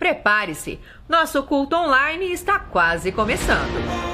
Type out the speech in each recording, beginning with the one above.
prepare-se, nosso culto online está quase começando.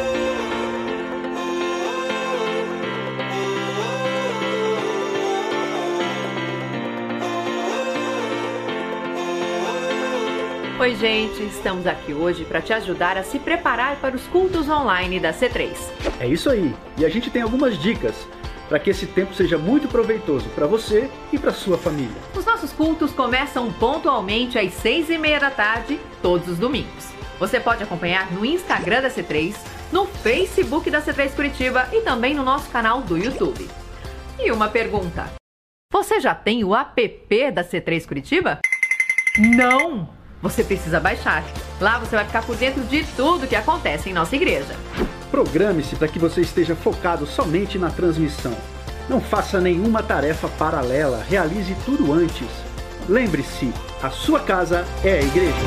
Oi gente, estamos aqui hoje para te ajudar a se preparar para os cultos online da C3. É isso aí, e a gente tem algumas dicas para que esse tempo seja muito proveitoso para você e para sua família. Os nossos cultos começam pontualmente às 6h30 da tarde, todos os domingos. Você pode acompanhar no Instagram da C3, no Facebook da C3 Curitiba e também no nosso canal do YouTube. E uma pergunta, você já tem o app da C3 Curitiba? Não! Você precisa baixar. Lá você vai ficar por dentro de tudo que acontece em nossa igreja. Programe-se para que você esteja focado somente na transmissão. Não faça nenhuma tarefa paralela, realize tudo antes. Lembre-se, a sua casa é a igreja.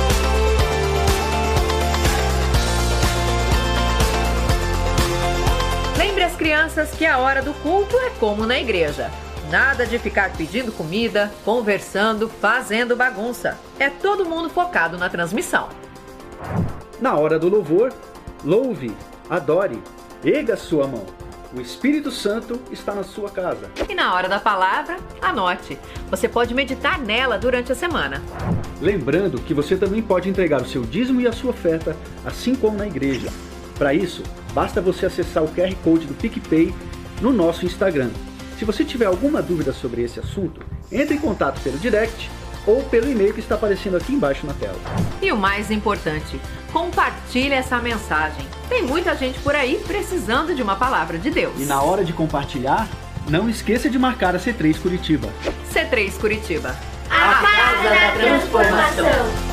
Lembre as crianças que a hora do culto é como na igreja. Nada de ficar pedindo comida, conversando, fazendo bagunça. É todo mundo focado na transmissão. Na hora do louvor, louve, adore, erga sua mão. O Espírito Santo está na sua casa. E na hora da palavra, anote. Você pode meditar nela durante a semana. Lembrando que você também pode entregar o seu dízimo e a sua oferta, assim como na igreja. Para isso, basta você acessar o QR Code do PicPay no nosso Instagram. Se você tiver alguma dúvida sobre esse assunto, entre em contato pelo direct ou pelo e-mail que está aparecendo aqui embaixo na tela. E o mais importante, compartilhe essa mensagem. Tem muita gente por aí precisando de uma palavra de Deus. E na hora de compartilhar, não esqueça de marcar a C3 Curitiba. C3 Curitiba. A Casa da Transformação.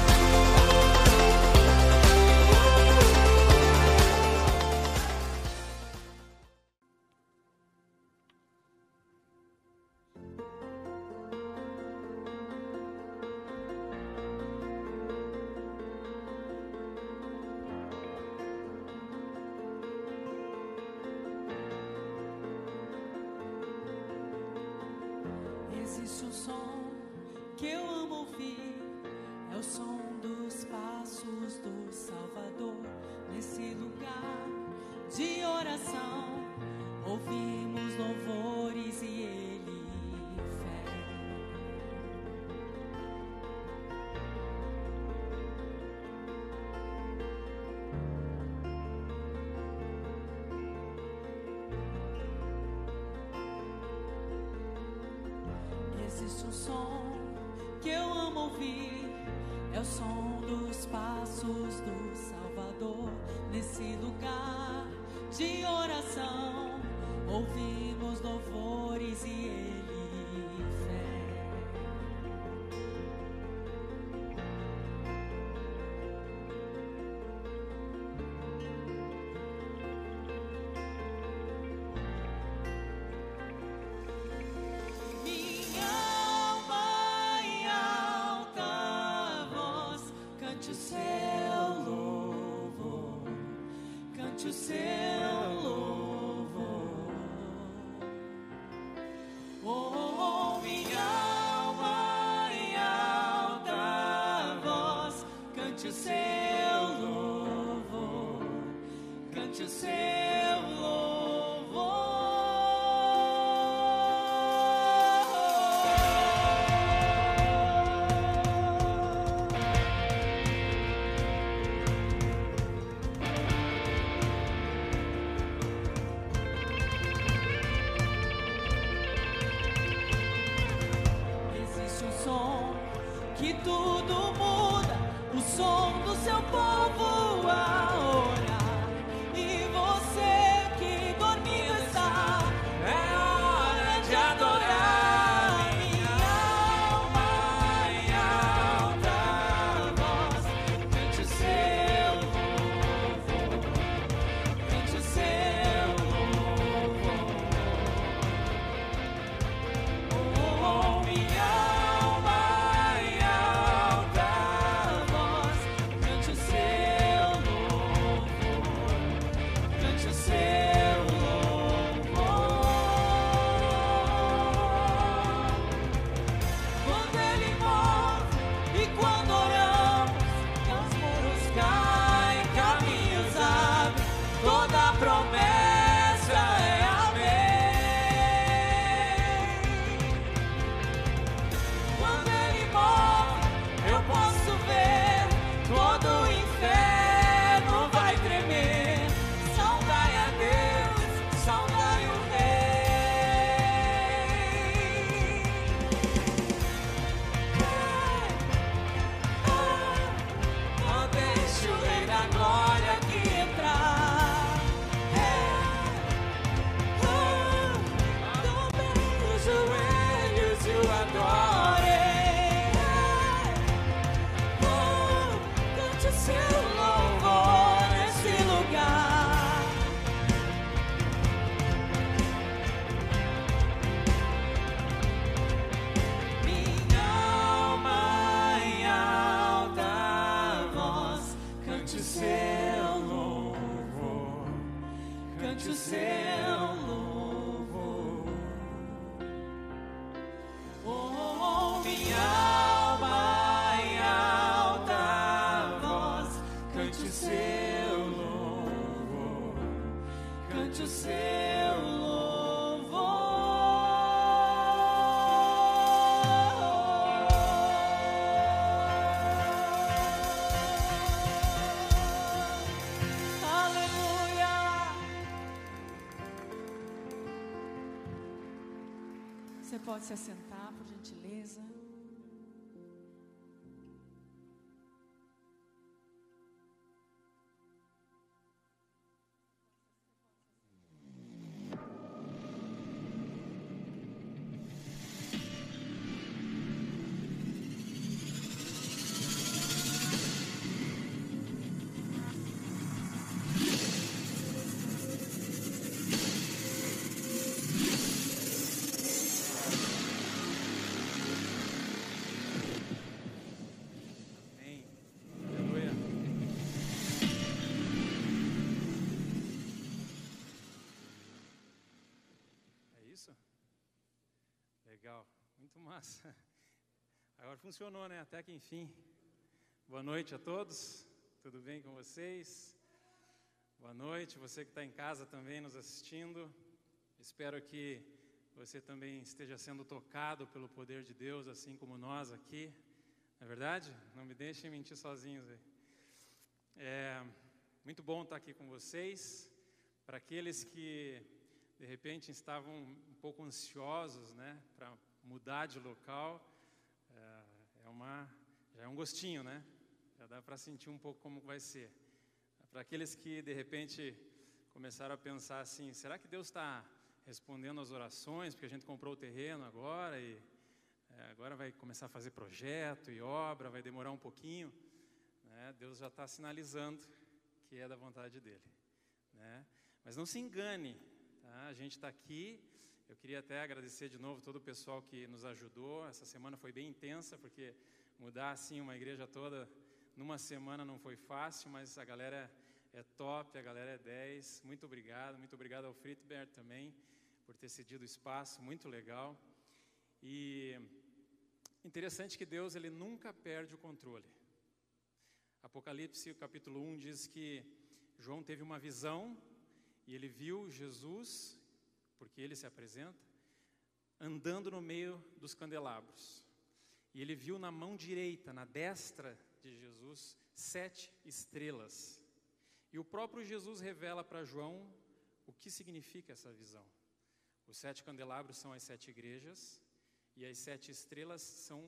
Existe um som que eu amo ouvir, é o som dos passos do Salvador. Nesse lugar de oração, ouvimos louvores e Ele fé. Existe um som que eu amo ouvir, é o som dos passos do Salvador. Nesse lugar de oração, ouvimos louvores e Ele fé. Cante o seu louvor, cante o seu louvor. Oh, oh, oh, minha alma em alta voz, cante o seu louvor, cante o seu louvor. Que tudo muda, o som do seu povo a orar. E você que dormindo está, é hora de adorar. Minha alma em alta voz, cante o seu louvor, cante o seu louvor. Oh, oh, minha alma em alta voz, cante o seu cante o seu louvor. Oh, minha alma em alta voz, cante o seu louvor, cante o seu louvor. Você pode se assentar, por gentileza. Legal, muito massa. Agora funcionou, né? Até que enfim. Boa noite a todos, tudo bem com vocês? Boa noite, você que está em casa também nos assistindo. Espero que você também esteja sendo tocado pelo poder de Deus, assim como nós aqui. Não é verdade? Não me deixem mentir sozinhos aí. É muito bom estar aqui com vocês. Para aqueles que de repente estavam um pouco ansiosos, né, para mudar de local, já é um gostinho, né? Já dá para sentir um pouco como vai ser. Para aqueles que de repente começaram a pensar assim, será que Deus está respondendo às orações, porque a gente comprou o terreno agora e agora vai começar a fazer projeto e obra, vai demorar um pouquinho, né? Deus já está sinalizando que é da vontade dele, né? Mas não se engane. A gente está aqui, eu queria até agradecer de novo todo o pessoal que nos ajudou. Essa semana foi bem intensa, porque mudar assim uma igreja toda numa semana não foi fácil, mas a galera é top, a galera é 10. Muito obrigado ao Friedberg também por ter cedido o espaço, muito legal. E interessante que Deus, ele nunca perde o controle. Apocalipse capítulo 1 diz que João teve uma visão e ele viu Jesus, porque ele se apresenta, andando no meio dos candelabros. E ele viu na mão direita, na destra de Jesus, 7 estrelas. E o próprio Jesus revela para João o que significa essa visão. Os 7 candelabros são as 7 igrejas, e as 7 estrelas são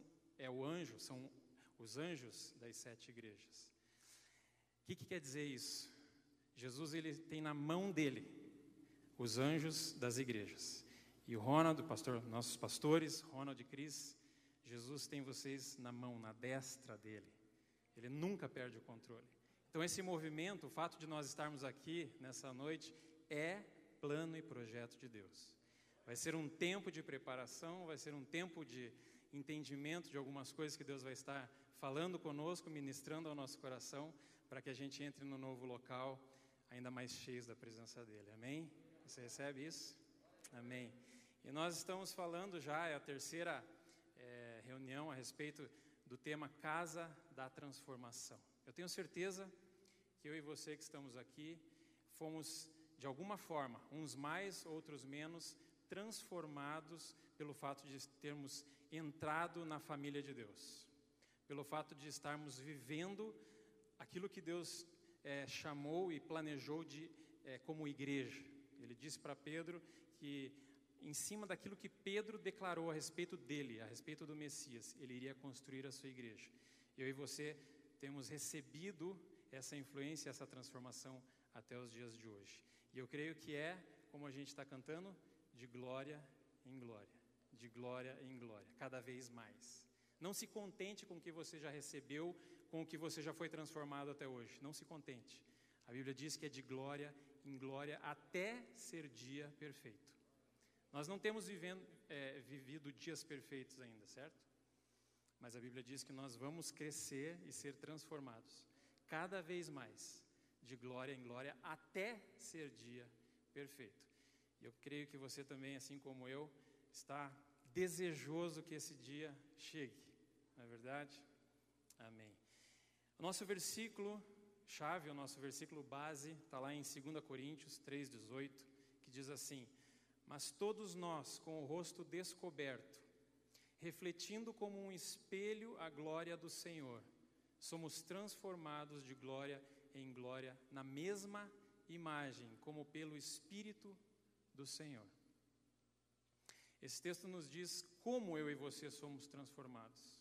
os anjos das 7 igrejas. O que quer dizer isso? Jesus, ele tem na mão dele os anjos das igrejas. E o Ronald, nossos pastores, Ronald e Cris, Jesus tem vocês na mão, na destra dele. Ele nunca perde o controle. Então esse movimento, o fato de nós estarmos aqui nessa noite, é plano e projeto de Deus. Vai ser um tempo de preparação, vai ser um tempo de entendimento de algumas coisas que Deus vai estar falando conosco, ministrando ao nosso coração, para que a gente entre no novo local, ainda mais cheios da presença dele, amém? Você recebe isso? Amém. E nós estamos falando já, é a terceira reunião a respeito do tema Casa da Transformação. Eu tenho certeza que eu e você que estamos aqui, fomos de alguma forma, uns mais, outros menos, transformados pelo fato de termos entrado na família de Deus. Pelo fato de estarmos vivendo aquilo que Deus chamou e planejou como igreja. Ele disse para Pedro que, em cima daquilo que Pedro declarou a respeito dele, a respeito do Messias, ele iria construir a sua igreja. Eu e você temos recebido essa influência, essa transformação até os dias de hoje. E eu creio que como a gente está cantando, de glória em glória, de glória em glória, cada vez mais. Não se contente com o que você já recebeu, com o que você já foi transformado até hoje. Não se contente. A Bíblia diz que é de glória em glória até ser dia perfeito. Nós não temos vivido dias perfeitos ainda, certo? Mas a Bíblia diz que nós vamos crescer e ser transformados cada vez mais, de glória em glória, até ser dia perfeito. E eu creio que você também, assim como eu, está desejoso que esse dia chegue, não é verdade? Amém. O nosso versículo chave, o nosso versículo base, está lá em 2 Coríntios 3,18, que diz assim: mas todos nós, com o rosto descoberto, refletindo como um espelho a glória do Senhor, somos transformados de glória em glória na mesma imagem, como pelo Espírito do Senhor. Esse texto nos diz como eu e você somos transformados.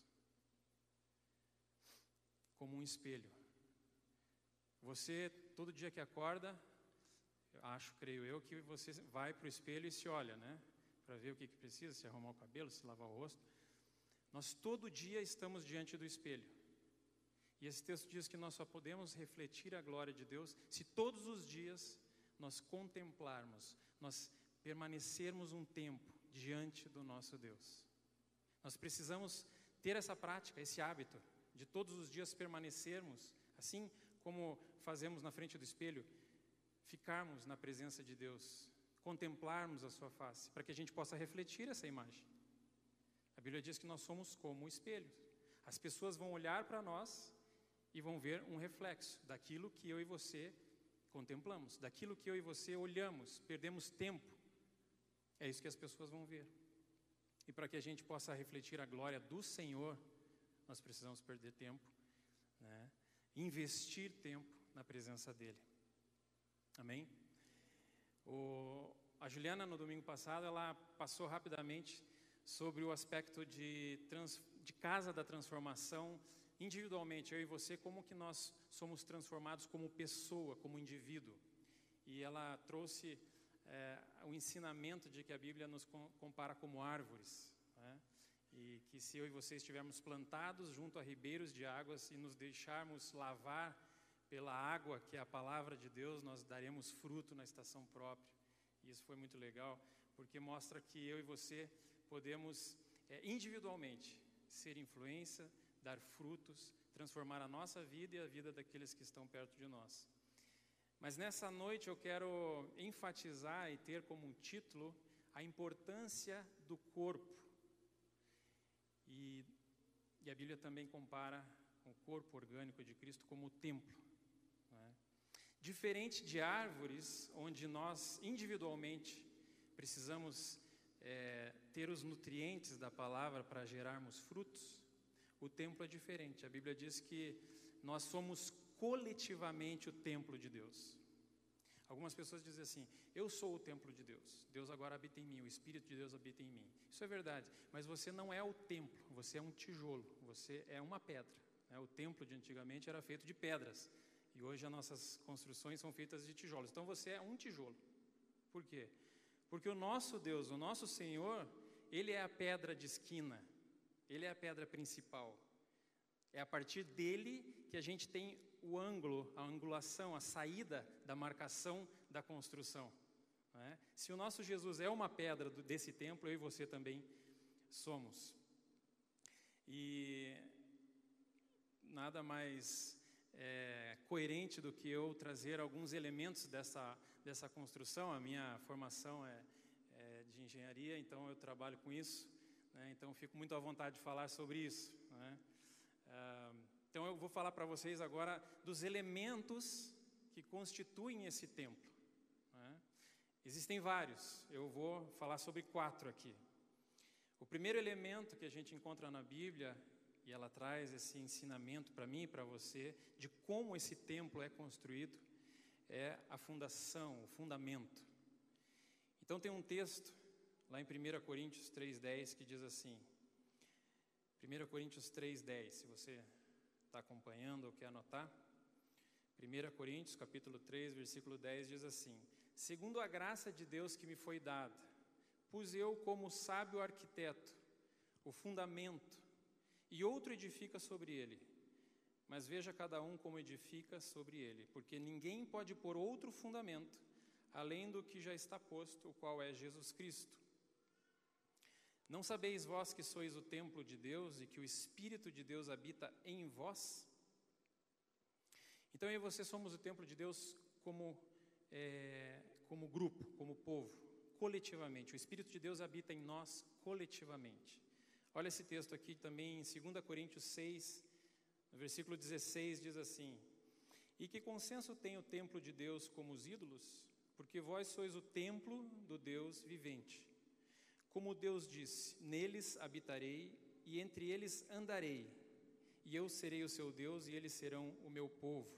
Como um espelho. Você, todo dia que acorda, creio eu, que você vai para o espelho e se olha, né? Para ver o que precisa, se arrumar o cabelo, se lavar o rosto. Nós todo dia estamos diante do espelho. E esse texto diz que nós só podemos refletir a glória de Deus se todos os dias nós contemplarmos, nós permanecermos um tempo diante do nosso Deus. Nós precisamos ter essa prática, esse hábito, de todos os dias permanecermos, assim como fazemos na frente do espelho, ficarmos na presença de Deus, contemplarmos a sua face, para que a gente possa refletir essa imagem. A Bíblia diz que nós somos como espelhos. As pessoas vão olhar para nós e vão ver um reflexo daquilo que eu e você contemplamos, daquilo que eu e você olhamos, perdemos tempo. É isso que as pessoas vão ver. E para que a gente possa refletir a glória do Senhor, nós precisamos perder tempo, né? Investir tempo na presença dEle. Amém? A Juliana, no domingo passado, ela passou rapidamente sobre o aspecto de casa da transformação, individualmente, eu e você, como que nós somos transformados como pessoa, como indivíduo. E ela trouxe o ensinamento de que a Bíblia nos compara como árvores, né? E que se eu e você estivermos plantados junto a ribeiros de águas e nos deixarmos lavar pela água, que é a palavra de Deus, nós daremos fruto na estação própria. E isso foi muito legal, porque mostra que eu e você podemos individualmente ser influência, dar frutos, transformar a nossa vida e a vida daqueles que estão perto de nós. Mas nessa noite eu quero enfatizar e ter como um título a importância do corpo. E a Bíblia também compara o corpo orgânico de Cristo como o templo, né? Diferente de árvores, onde nós individualmente precisamos ter os nutrientes da palavra para gerarmos frutos, o templo é diferente. A Bíblia diz que nós somos coletivamente o templo de Deus. Algumas pessoas dizem assim: eu sou o templo de Deus, Deus agora habita em mim, o Espírito de Deus habita em mim. Isso é verdade, mas você não é o templo, você é um tijolo, você é uma pedra, né? O templo de antigamente era feito de pedras, e hoje as nossas construções são feitas de tijolos. Então você é um tijolo. Por quê? Porque o nosso Deus, o nosso Senhor, Ele é a pedra de esquina, Ele é a pedra principal. É a partir dele que a gente tem o ângulo, a angulação, a saída da marcação da construção, né? Se o nosso Jesus é uma pedra desse templo, eu e você também somos. E nada mais coerente do que eu trazer alguns elementos dessa construção. A minha formação é de engenharia, então eu trabalho com isso, né? Então fico muito à vontade de falar sobre isso, né? Então eu vou falar para vocês agora dos elementos que constituem esse templo, né? Existem vários, eu vou falar sobre 4 aqui. O primeiro elemento que a gente encontra na Bíblia, e ela traz esse ensinamento para mim e para você, de como esse templo é construído, é a fundação, o fundamento. Então tem um texto lá em 1 Coríntios 3,10 que diz assim, 1 Coríntios 3,10, se você está acompanhando ou quer anotar, 1 Coríntios capítulo 3, versículo 10 diz assim: segundo a graça de Deus que me foi dada, pus eu como sábio arquiteto o fundamento, e outro edifica sobre ele, mas veja cada um como edifica sobre ele, porque ninguém pode pôr outro fundamento, além do que já está posto, o qual é Jesus Cristo. Não sabeis vós que sois o templo de Deus e que o Espírito de Deus habita em vós? Então eu e você somos o templo de Deus como como grupo, como povo, coletivamente. O Espírito de Deus habita em nós coletivamente. Olha esse texto aqui também em 2 Coríntios 6, no versículo 16, diz assim: e que consenso tem o templo de Deus como os ídolos? Porque vós sois o templo do Deus vivente. Como Deus disse, neles habitarei e entre eles andarei, e eu serei o seu Deus e eles serão o meu povo.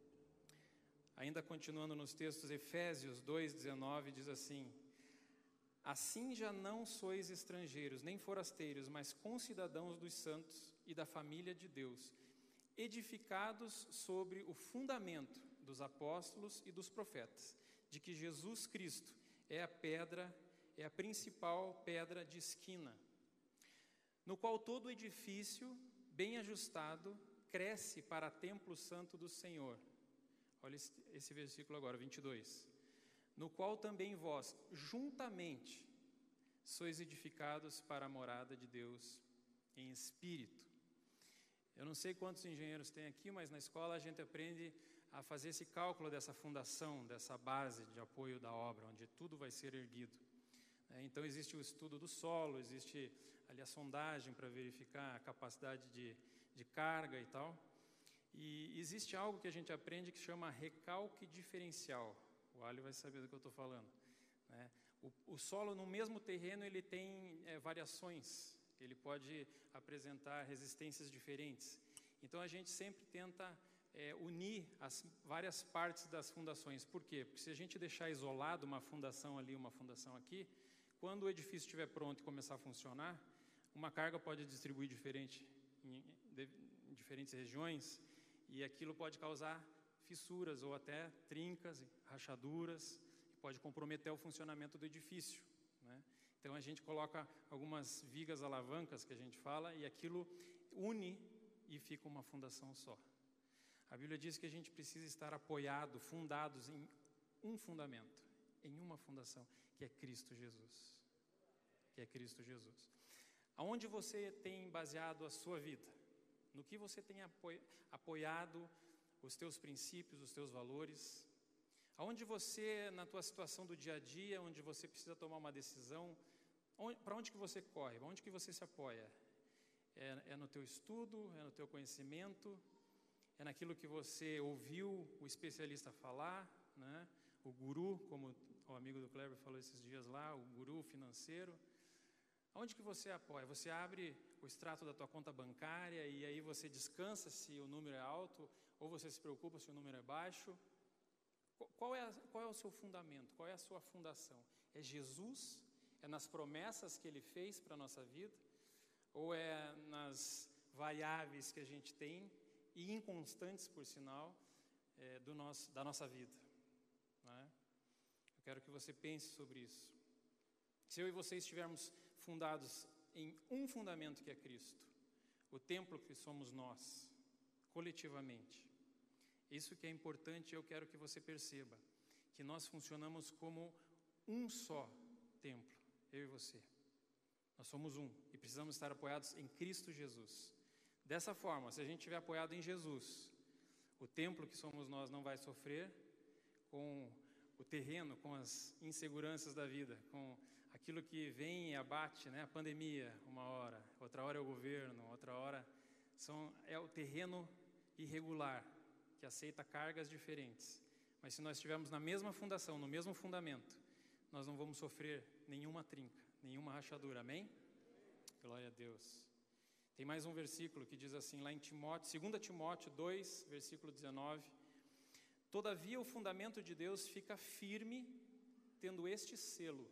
Ainda continuando nos textos, Efésios 2,19 diz assim: assim já não sois estrangeiros, nem forasteiros, mas concidadãos dos santos e da família de Deus, edificados sobre o fundamento dos apóstolos e dos profetas, de que Jesus Cristo é a principal pedra de esquina, no qual todo edifício, bem ajustado, cresce para templo santo do Senhor. Olha esse versículo agora, 22. No qual também vós, juntamente, sois edificados para a morada de Deus em espírito. Eu não sei quantos engenheiros tem aqui, mas na escola a gente aprende a fazer esse cálculo dessa fundação, dessa base de apoio da obra, onde tudo vai ser erguido. Então existe o estudo do solo, existe ali a sondagem para verificar a capacidade de carga e tal. E existe algo que a gente aprende que chama recalque diferencial. O Ali vai saber do que eu estou falando, né? O solo no mesmo terreno ele tem variações, ele pode apresentar resistências diferentes. Então a gente sempre tenta unir as várias partes das fundações. Por quê? Porque se a gente deixar isolado uma fundação ali, uma fundação aqui, quando o edifício estiver pronto e começar a funcionar, uma carga pode distribuir diferente em diferentes regiões, e aquilo pode causar fissuras ou até trincas, rachaduras, e pode comprometer o funcionamento do edifício, né? Então a gente coloca algumas vigas alavancas que a gente fala, e aquilo une e fica uma fundação só. A Bíblia diz que a gente precisa estar apoiado, fundados em um fundamento, em uma fundação, que é Cristo Jesus. Que é Cristo Jesus. Aonde você tem baseado a sua vida? No que você tem apoiado os teus princípios, os teus valores? Aonde você, na tua situação do dia a dia, onde você precisa tomar uma decisão, para onde que você corre? Onde que você se apoia? É no teu estudo? É no teu conhecimento? É naquilo que você ouviu o especialista falar, né? O guru, como o amigo do Kleber falou esses dias lá, o guru financeiro. Aonde que você apoia? Você abre o extrato da tua conta bancária e aí você descansa se o número é alto, ou você se preocupa se o número é baixo? Qual é o seu fundamento? Qual é a sua fundação? É Jesus? É nas promessas que Ele fez para a nossa vida? Ou é nas variáveis que a gente tem, e inconstantes, por sinal, da nossa vida? Né? Eu quero que você pense sobre isso. Se eu e você estivermos fundados em um fundamento que é Cristo, o templo que somos nós, coletivamente, isso que é importante, eu quero que você perceba, que nós funcionamos como um só templo, eu e você. Nós somos um e precisamos estar apoiados em Cristo Jesus. Dessa forma, se a gente estiver apoiado em Jesus, o templo que somos nós não vai sofrer com o terreno, com as inseguranças da vida, com aquilo que vem e abate, né? A pandemia, uma hora, outra hora é o governo, outra hora é o terreno irregular, que aceita cargas diferentes. Mas se nós estivermos na mesma fundação, no mesmo fundamento, nós não vamos sofrer nenhuma trinca, nenhuma rachadura, amém? Glória a Deus. Tem mais um versículo que diz assim, lá em 2 Timóteo 2, versículo 19, todavia o fundamento de Deus fica firme, tendo este selo: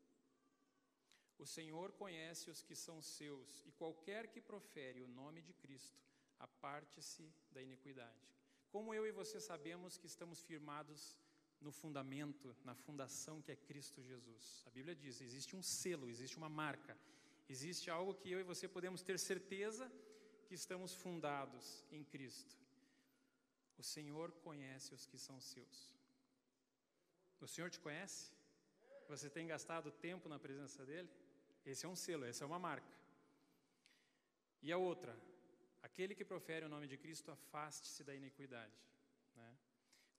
o Senhor conhece os que são seus, e qualquer que profere o nome de Cristo, aparte-se da iniquidade. Como eu e você sabemos que estamos firmados no fundamento, na fundação que é Cristo Jesus? A Bíblia diz, existe um selo, existe uma marca, existe algo que eu e você podemos ter certeza que estamos fundados em Cristo. O Senhor conhece os que são seus. O Senhor te conhece? Você tem gastado tempo na presença dEle? Esse é um selo, essa é uma marca. E a outra, aquele que profere o nome de Cristo, afaste-se da iniquidade, né?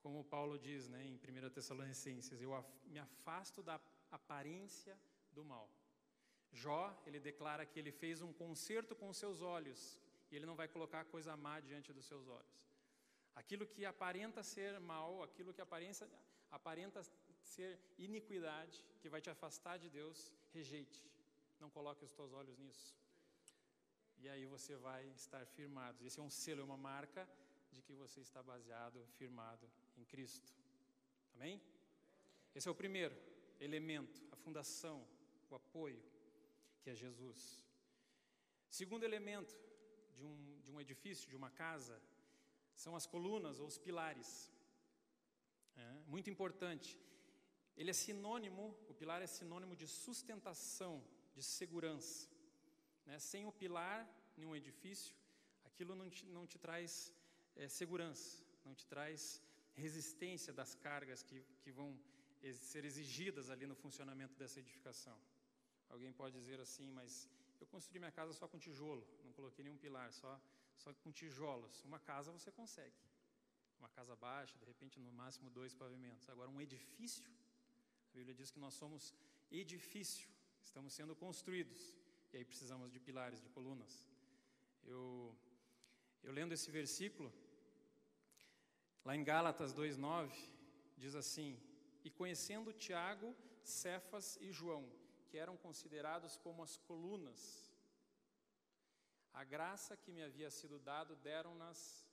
Como Paulo diz, né, em 1 Tessalonicenses, eu me afasto da aparência do mal. Jó, ele declara que ele fez um concerto com os seus olhos, e ele não vai colocar coisa má diante dos seus olhos. Aquilo que aparenta ser mal, aquilo que aparenta ser iniquidade, que vai te afastar de Deus, rejeite. Não coloque os teus olhos nisso. E aí você vai estar firmado. Esse é um selo, é uma marca de que você está baseado, firmado em Cristo. Amém? Esse é o primeiro elemento, a fundação, o apoio, que é Jesus. Segundo elemento de um edifício, de uma casa, são as colunas ou os pilares. Muito importante. Ele é sinônimo, o pilar é sinônimo de sustentação, de segurança. Sem o pilar em um edifício, aquilo não te traz segurança, não te traz resistência das cargas que vão ser exigidas ali no funcionamento dessa edificação. Alguém pode dizer assim, mas eu construí minha casa só com tijolo, não coloquei nenhum pilar, só com tijolos. Uma casa você consegue, uma casa baixa, de repente no máximo 2 pavimentos. Agora um edifício, a Bíblia diz que nós somos edifício, estamos sendo construídos, e aí precisamos de pilares, de colunas. Eu lendo esse versículo, lá em Gálatas 2:9, diz assim: e conhecendo Tiago, Cefas e João, que eram considerados como as colunas, a graça que me havia sido dado deram-nos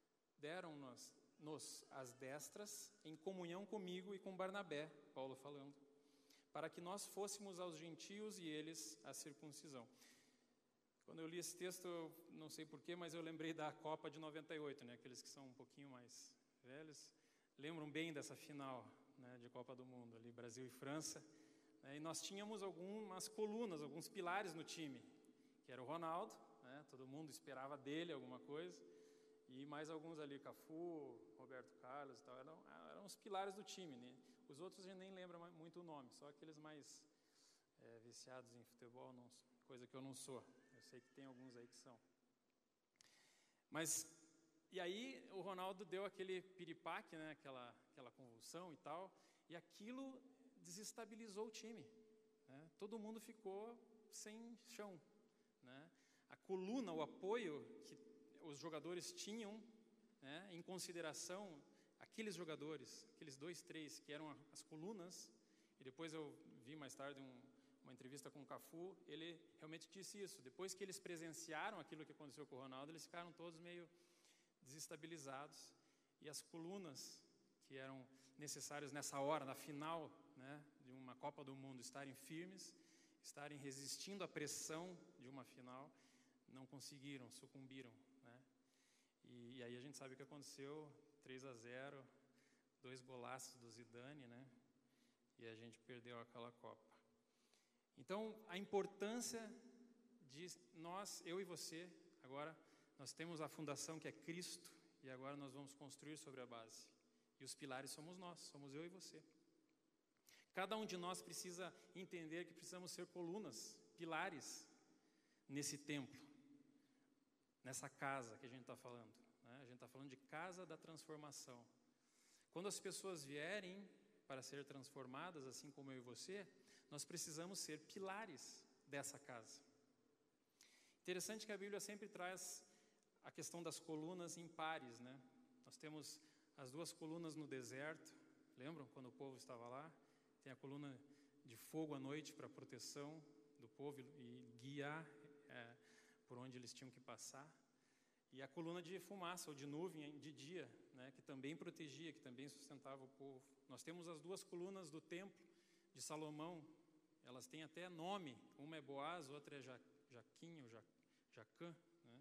as destras em comunhão comigo e com Barnabé, Paulo falando, para que nós fôssemos aos gentios e eles à circuncisão. Quando eu li esse texto, eu não sei porquê, mas eu lembrei da Copa de 98, né? Aqueles que são um pouquinho mais velhos lembram bem dessa final, né, de Copa do Mundo, ali Brasil e França, né? E nós tínhamos algumas colunas, alguns pilares no time, que era o Ronaldo, né? Todo mundo esperava dele alguma coisa, e mais alguns ali, Cafu, Roberto Carlos e tal, eram os pilares do time, né? Os outros a gente nem lembra muito o nome, só aqueles mais viciados em futebol, coisa que eu não sou. Eu sei que tem alguns aí que são. Mas, e aí o Ronaldo deu aquele piripaque, né, aquela convulsão e tal, e aquilo desestabilizou o time, né? Todo mundo ficou sem chão, né? A coluna, o apoio que os jogadores tinham, né, em consideração, aqueles jogadores, aqueles 2, 3 que eram as colunas, e depois eu vi mais tarde uma entrevista com o Cafu, ele realmente disse isso. Depois que eles presenciaram aquilo que aconteceu com o Ronaldo, eles ficaram todos meio desestabilizados, e as colunas que eram necessárias nessa hora, na final, né, de uma Copa do Mundo, estarem firmes, estarem resistindo à pressão de uma final, não conseguiram, sucumbiram, né? E aí a gente sabe o que aconteceu, 3-0, 2 golaços do Zidane, né? E a gente perdeu aquela Copa. Então, a importância de nós, eu e você, agora nós temos a fundação que é Cristo, e agora nós vamos construir sobre a base. E os pilares somos nós, somos eu e você. Cada um de nós precisa entender que precisamos ser colunas, pilares, nesse templo, nessa casa que a gente está falando, né? A gente está falando de casa da transformação. Quando as pessoas vierem para ser transformadas, assim como eu e você, nós precisamos ser pilares dessa casa. Interessante que a Bíblia sempre traz a questão das colunas em pares, né? Nós temos as 2 colunas no deserto, lembram quando o povo estava lá? Tem a coluna de fogo à noite para proteção do povo e guiar por onde eles tinham que passar. E a coluna de fumaça ou de nuvem de dia, né, que também protegia, que também sustentava o povo. Nós temos as 2 colunas do templo de Salomão, elas têm até nome, uma é Boaz, outra é Jaquim ou Jacã, né?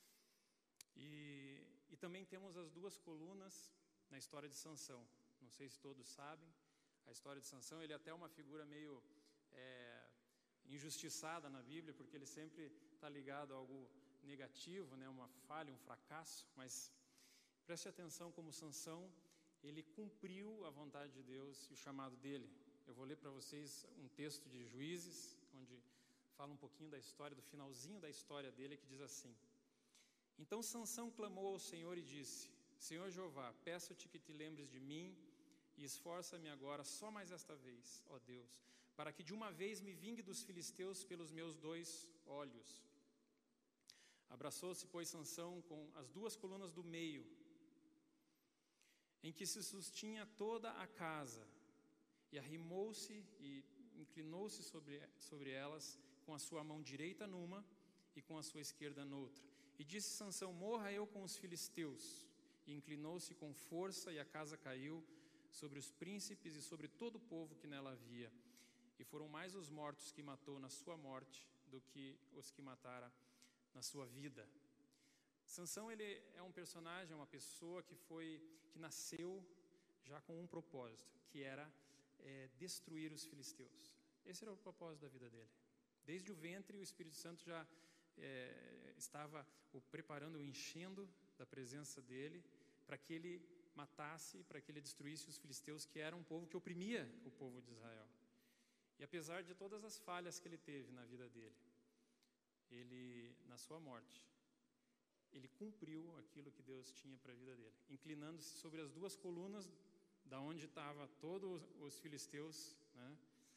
E também temos as 2 colunas na história de Sansão. Não sei se todos sabem, a história de Sansão, ele é até uma figura meio injustiçada na Bíblia, porque ele sempre está ligado a algo negativo, né? Uma falha, um fracasso, mas preste atenção como Sansão, ele cumpriu a vontade de Deus e o chamado dele. Eu vou ler para vocês um texto de Juízes, onde fala um pouquinho da história, do finalzinho da história dele, que diz assim: então Sansão clamou ao Senhor e disse: Senhor Jeová, peço-te que te lembres de mim e esforça-me agora só mais esta vez, ó Deus, para que de uma vez me vingue dos filisteus pelos meus 2 olhos. Abraçou-se, pois, Sansão com as 2 colunas do meio, em que se sustinha toda a casa, e arrimou-se e inclinou-se sobre elas, com a sua mão direita numa e com a sua esquerda noutra. E disse Sansão: morra eu com os filisteus. E inclinou-se com força, e a casa caiu sobre os príncipes e sobre todo o povo que nela havia. E foram mais os mortos que matou na sua morte do que os que matara na sua vida. Sansão, ele é um personagem, uma pessoa que nasceu já com um propósito, que era destruir os filisteus. Esse era o propósito da vida dele. Desde o ventre, o Espírito Santo já estava o preparando, o enchendo da presença dele, para que ele matasse, para que ele destruísse os filisteus, que era um povo que oprimia o povo de Israel. E apesar de todas as falhas que ele teve na vida dele, ele, na sua morte, ele cumpriu aquilo que Deus tinha para a vida dele, inclinando-se sobre as 2 colunas da onde estavam todos os filisteus, né?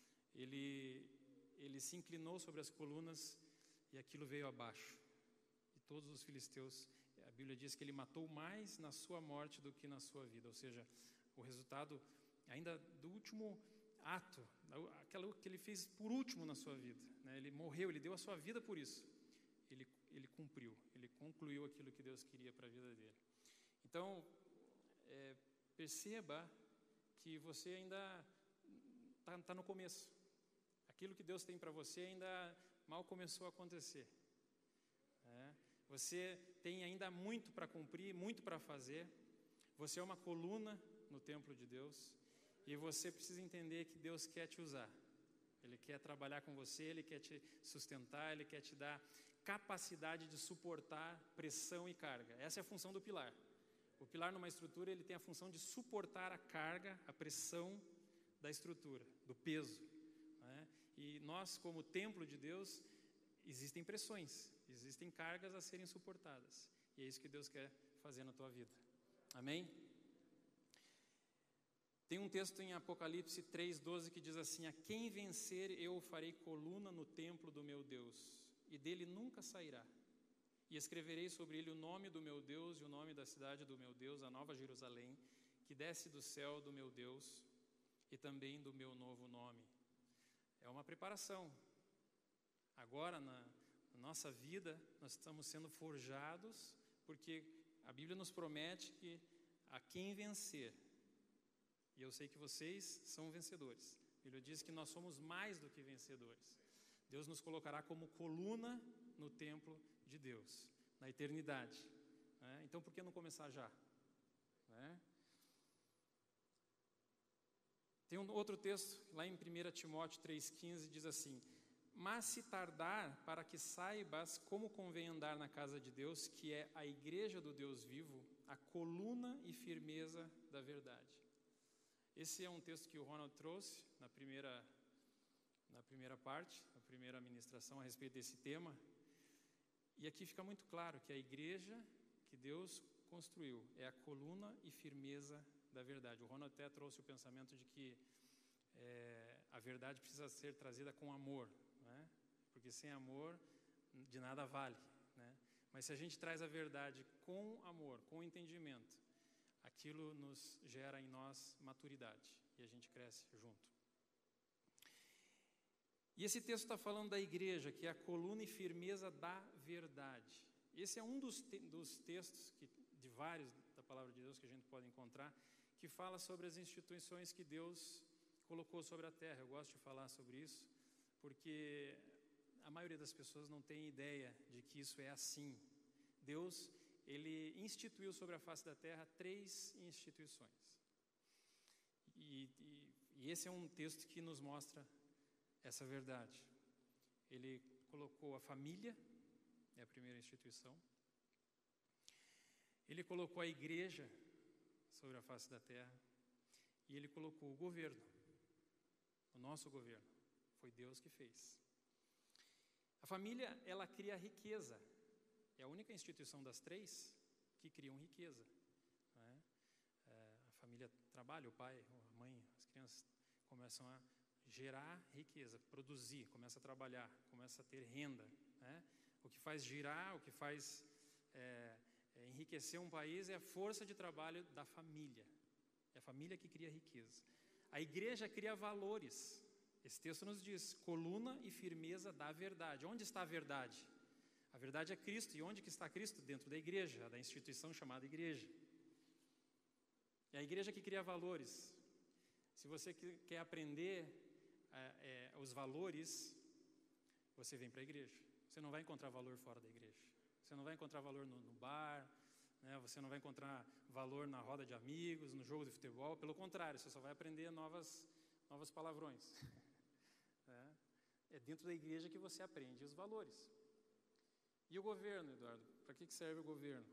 Ele se inclinou sobre as colunas e aquilo veio abaixo. E todos os filisteus, a Bíblia diz que ele matou mais na sua morte do que na sua vida. Ou seja, o resultado ainda do último ato, aquilo que ele fez por último na sua vida, né? Ele morreu, ele deu a sua vida por isso. Ele cumpriu, ele concluiu aquilo que Deus queria para a vida dele. Então, perceba que você ainda está no começo. Aquilo que Deus tem para você ainda mal começou a acontecer. Você tem ainda muito para cumprir, muito para fazer. Você é uma coluna no templo de Deus e você precisa entender que Deus quer te usar. Ele quer trabalhar com você, Ele quer te sustentar, Ele quer te dar capacidade de suportar pressão e carga. Essa é a função do pilar. O pilar numa estrutura, ele tem a função de suportar a carga, a pressão da estrutura, do peso, né? E nós, como templo de Deus, existem pressões, existem cargas a serem suportadas. E é isso que Deus quer fazer na tua vida. Amém? Tem um texto em Apocalipse 3:12 que diz assim: a quem vencer eu farei coluna no templo do meu Deus, e dele nunca sairá. E escreverei sobre ele o nome do meu Deus e o nome da cidade do meu Deus, a nova Jerusalém, que desce do céu do meu Deus, e também do meu novo nome. É uma preparação. Agora, na nossa vida, nós estamos sendo forjados, porque a Bíblia nos promete que a quem vencer, e eu sei que vocês são vencedores. A Bíblia diz que nós somos mais do que vencedores. Deus nos colocará como coluna no templo de Deus, na eternidade, né? Então, por que não começar já? Né? Tem um outro texto, lá em 1 Timóteo 3,15, diz assim: mas se tardar, para que saibas como convém andar na casa de Deus, que é a igreja do Deus vivo, a coluna e firmeza da verdade. Esse é um texto que o Ronald trouxe na primeira parte, na primeira ministração a respeito desse tema. E aqui fica muito claro que a igreja que Deus construiu é a coluna e firmeza da verdade. O Ronald até trouxe o pensamento de que a verdade precisa ser trazida com amor, né? Porque sem amor de nada vale, né? Mas se a gente traz a verdade com amor, com entendimento, aquilo nos gera em nós maturidade e a gente cresce junto. E esse texto está falando da igreja, que é a coluna e firmeza da verdade. Esse é um dos textos, de vários da palavra de Deus que a gente pode encontrar, que fala sobre as instituições que Deus colocou sobre a terra. Eu gosto de falar sobre isso, porque a maioria das pessoas não tem ideia de que isso é assim. Deus, Ele instituiu sobre a face da terra 3 instituições. E esse é um texto que nos mostra essa verdade. Ele colocou a família, é a primeira instituição. Ele colocou a igreja sobre a face da terra. E Ele colocou o governo, o nosso governo. Foi Deus que fez. A família, ela cria riqueza. É a única instituição das 3 que criam riqueza, né? dia trabalha, o pai, a mãe, as crianças começam a gerar riqueza, produzir, começa a trabalhar, começa a ter renda, né? O que faz girar, o que faz enriquecer um país é a força de trabalho da família. É a família que cria riqueza. A igreja cria valores. Esse texto nos diz, coluna e firmeza da verdade. Onde está a verdade? A verdade é Cristo. E onde que está Cristo? Dentro da igreja, da instituição chamada igreja. É a igreja que cria valores. Se você quer aprender os valores, você vem para a igreja. Você não vai encontrar valor fora da igreja. Você não vai encontrar valor no bar, né? Você não vai encontrar valor na roda de amigos, no jogo de futebol. Pelo contrário, você só vai aprender novos palavrões. É dentro da igreja que você aprende os valores. E o governo, Eduardo? Para que serve o governo?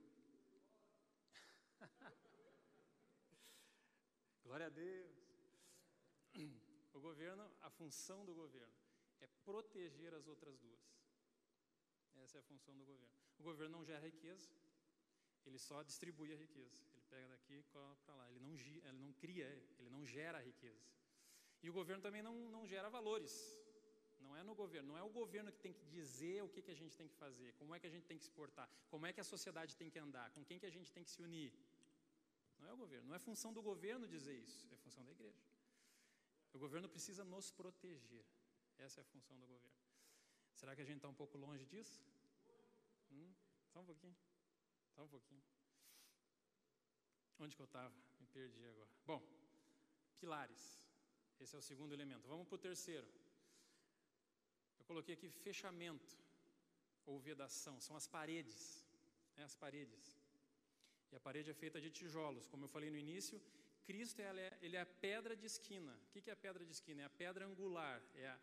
Glória a Deus. O governo, a função do governo é proteger as outras duas. Essa é a função do governo. O governo não gera riqueza, ele só distribui a riqueza. Ele pega daqui e coloca para lá. Ele não cria, ele não gera riqueza. E o governo também não gera valores. Não é no governo, não é o governo que tem que dizer o que a gente tem que fazer, como é que a gente tem que se portar, como é que a sociedade tem que andar, com quem que a gente tem que se unir. Não é o governo, não é função do governo dizer isso, é função da igreja. O governo precisa nos proteger. Essa é a função do governo. Será que a gente está um pouco longe disso? Só um pouquinho. Só um pouquinho. Onde que eu estava? Me perdi agora. Bom, pilares. Esse é o segundo elemento. Vamos para o terceiro. Eu coloquei aqui fechamento ou vedação. São as paredes. As paredes. E a parede é feita de tijolos. Como eu falei no início, Cristo ele é a pedra de esquina. O que é a pedra de esquina? É a pedra angular.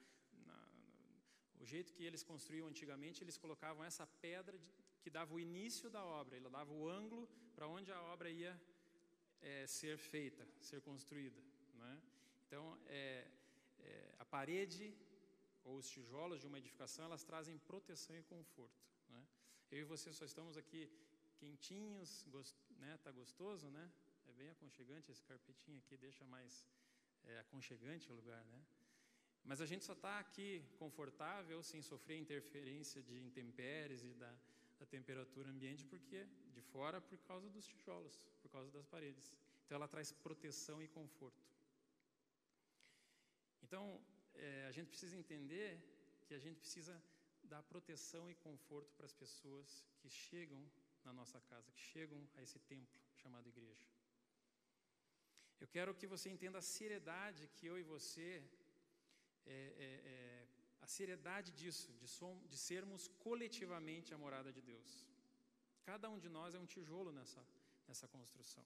O jeito que eles construíam antigamente, eles colocavam essa pedra que dava o início da obra. Ele dava o ângulo para onde a obra ia ser feita, ser construída, né? Então, a parede ou os tijolos de uma edificação, elas trazem proteção e conforto, né? Eu e você só estamos aqui quentinhos, né? Tá gostoso, né? É bem aconchegante esse carpetinho aqui, deixa mais aconchegante o lugar, né? Mas a gente só está aqui confortável, sem sofrer interferência de intempéries e da temperatura ambiente, porque de fora, por causa dos tijolos, por causa das paredes. Então ela traz proteção e conforto. Então, a gente precisa entender que a gente precisa dar proteção e conforto para as pessoas que chegam na nossa casa, que chegam a esse templo chamado igreja. Eu quero que você entenda a seriedade que eu e você, a seriedade disso, de sermos coletivamente a morada de Deus. Cada um de nós é um tijolo nessa construção.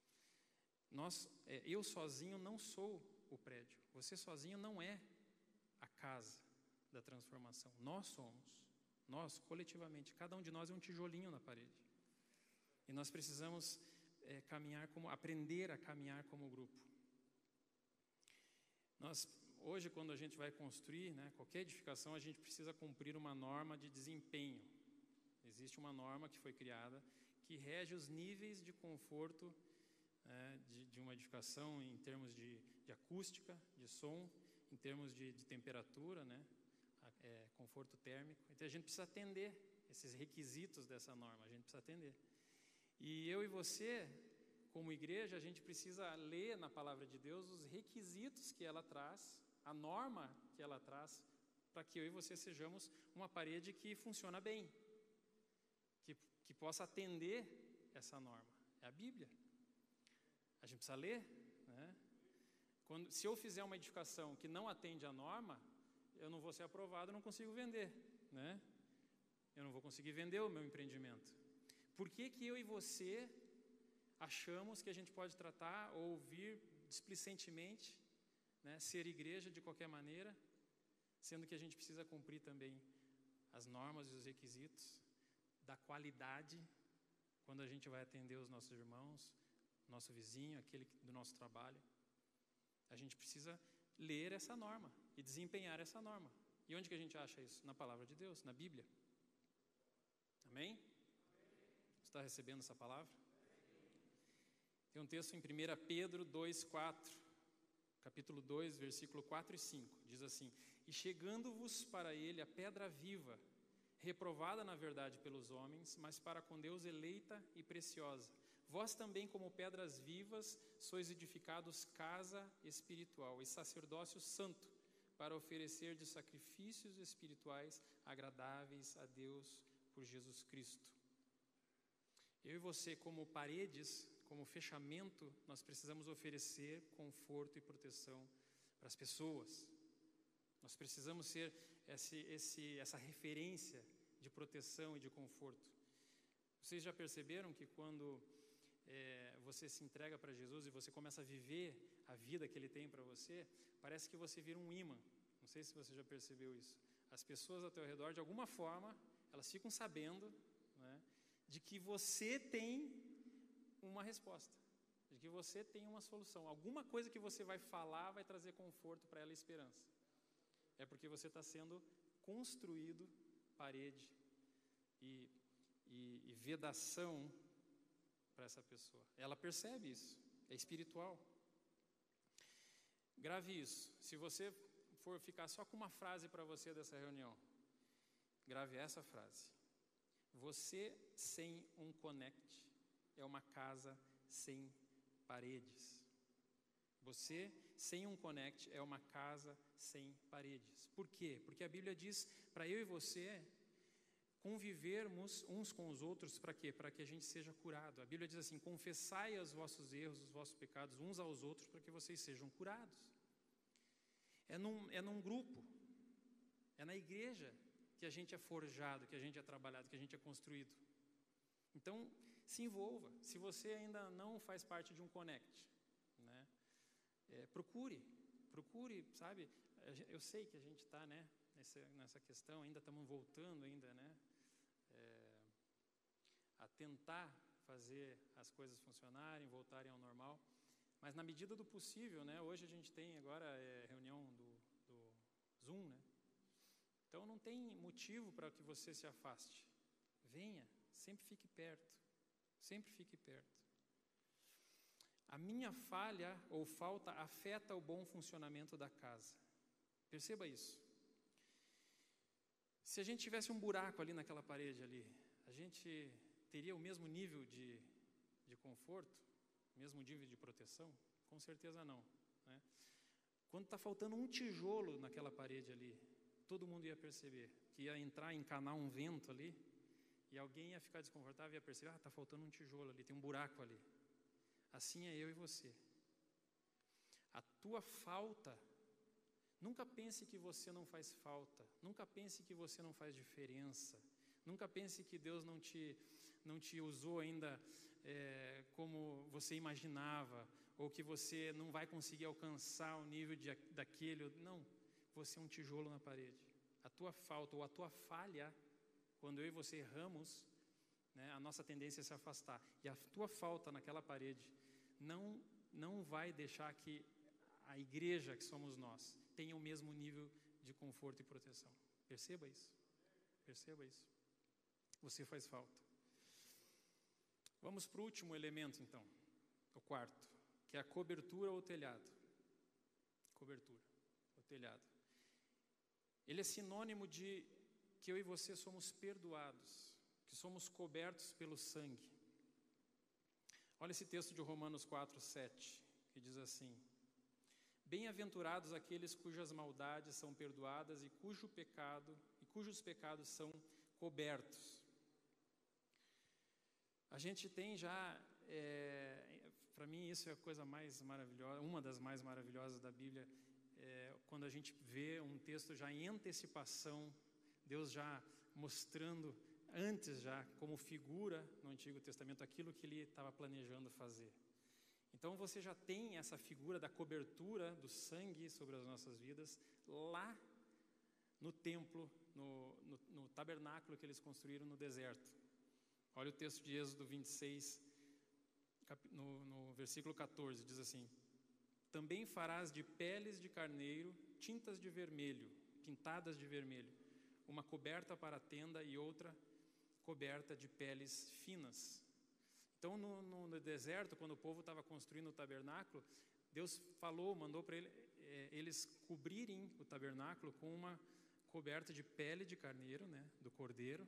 Eu sozinho não sou o prédio. Você sozinho não é a casa da transformação. Nós coletivamente, cada um de nós é um tijolinho na parede. E nós precisamos aprender a caminhar como grupo. Hoje, quando a gente vai construir, né, qualquer edificação, a gente precisa cumprir uma norma de desempenho. Existe uma norma que foi criada que rege os níveis de conforto de uma edificação em termos de acústica, de som, em termos de temperatura, né, conforto térmico. Então a gente precisa atender esses requisitos dessa norma, a gente precisa atender. E eu e você, como igreja, a gente precisa ler na palavra de Deus os requisitos que ela traz, a norma que ela traz, para que eu e você sejamos uma parede que funciona bem, que possa atender essa norma. É a Bíblia. A gente precisa ler, né? Se eu fizer uma edificação que não atende à norma, eu não vou ser aprovado, eu não consigo vender, né? Eu não vou conseguir vender o meu empreendimento. Por que eu e você achamos que a gente pode tratar ou vir displicentemente, né, ser igreja de qualquer maneira, sendo que a gente precisa cumprir também as normas e os requisitos da qualidade quando a gente vai atender os nossos irmãos, nosso vizinho, aquele do nosso trabalho. A gente precisa ler essa norma e desempenhar essa norma. E onde que a gente acha isso? Na palavra de Deus, na Bíblia. Amém? Você está recebendo essa palavra? Tem um texto em 1 Pedro 2:4, capítulo 2, versículo 4 e 5, diz assim: E chegando-vos para ele a pedra viva, reprovada na verdade pelos homens, mas para com Deus eleita e preciosa. Vós também, como pedras vivas, sois edificados casa espiritual e sacerdócio santo, para oferecer de sacrifícios espirituais agradáveis a Deus por Jesus Cristo. Eu e você, como paredes, como fechamento, nós precisamos oferecer conforto e proteção para as pessoas. Nós precisamos ser essa referência de proteção e de conforto. Vocês já perceberam que quando você se entrega para Jesus e você começa a viver a vida que Ele tem para você, parece que você vira um imã. Não sei se você já percebeu isso. As pessoas ao teu redor, de alguma forma, elas ficam sabendo, né, de que você tem uma resposta, de que você tem uma solução. Alguma coisa que você vai falar vai trazer conforto para ela e esperança. É porque você está sendo construído, parede e vedação para essa pessoa. Ela percebe isso, é espiritual. Grave isso. Se você for ficar só com uma frase para você dessa reunião, grave essa frase: você sem um connect é uma casa sem paredes. Você sem um connect é uma casa sem paredes. Por quê? Porque a Bíblia diz para eu e você convivermos uns com os outros, para quê? Para que a gente seja curado. A Bíblia diz assim: confessai os vossos erros, os vossos pecados uns aos outros, para que vocês sejam curados. É num grupo, é na igreja que a gente é forjado, que a gente é trabalhado, que a gente é construído. Então, se envolva. Se você ainda não faz parte de um connect, né, procure, sabe? Eu sei que a gente está, né, nessa questão, ainda estamos voltando ainda, né, a tentar fazer as coisas funcionarem, voltarem ao normal, mas na medida do possível, né, hoje a gente tem agora reunião do Zoom, né, então não tem motivo para que você se afaste. Venha, sempre fique perto, sempre fique perto. A minha falha ou falta afeta o bom funcionamento da casa. Perceba isso. Se a gente tivesse um buraco ali naquela parede ali, a gente teria o mesmo nível de conforto, o mesmo nível de proteção? Com certeza não, né? Quando está faltando um tijolo naquela parede ali, todo mundo ia perceber que ia encanar um vento ali, e alguém ia ficar desconfortável e ia perceber: está faltando um tijolo ali, tem um buraco ali. Assim é eu e você. A tua falta, nunca pense que você não faz falta, nunca pense que você não faz diferença, nunca pense que Deus não te usou ainda como você imaginava, ou que você não vai conseguir alcançar o nível daquele. Não, você é um tijolo na parede. A tua falta ou a tua falha, quando eu e você erramos, né, a nossa tendência é se afastar. E a tua falta naquela parede não vai deixar que a igreja que somos nós tenha o mesmo nível de conforto e proteção. Perceba isso. Perceba isso. Você faz falta. Vamos para o último elemento, então. O quarto, que é a cobertura ou telhado. Cobertura ou telhado. Ele é sinônimo de que eu e você somos perdoados, que somos cobertos pelo sangue. Olha esse texto de Romanos 4:7, que diz assim: bem-aventurados aqueles cujas maldades são perdoadas e cujos pecados são cobertos. A gente tem já, para mim isso é a coisa mais maravilhosa, uma das mais maravilhosas da Bíblia, quando a gente vê um texto já em antecipação, Deus já mostrando antes já, como figura no Antigo Testamento, aquilo que Ele estava planejando fazer. Então você já tem essa figura da cobertura do sangue sobre as nossas vidas lá no templo, no tabernáculo que eles construíram no deserto. Olha o texto de Êxodo 26, no versículo 14, diz assim: também farás de peles de carneiro tintas de vermelho, pintadas de vermelho, uma coberta para a tenda e outra coberta de peles finas. Então Então, no deserto, quando o povo estava construindo o tabernáculo, Deus mandou para eles cobrirem o tabernáculo com uma coberta de pele de carneiro, né, do cordeiro,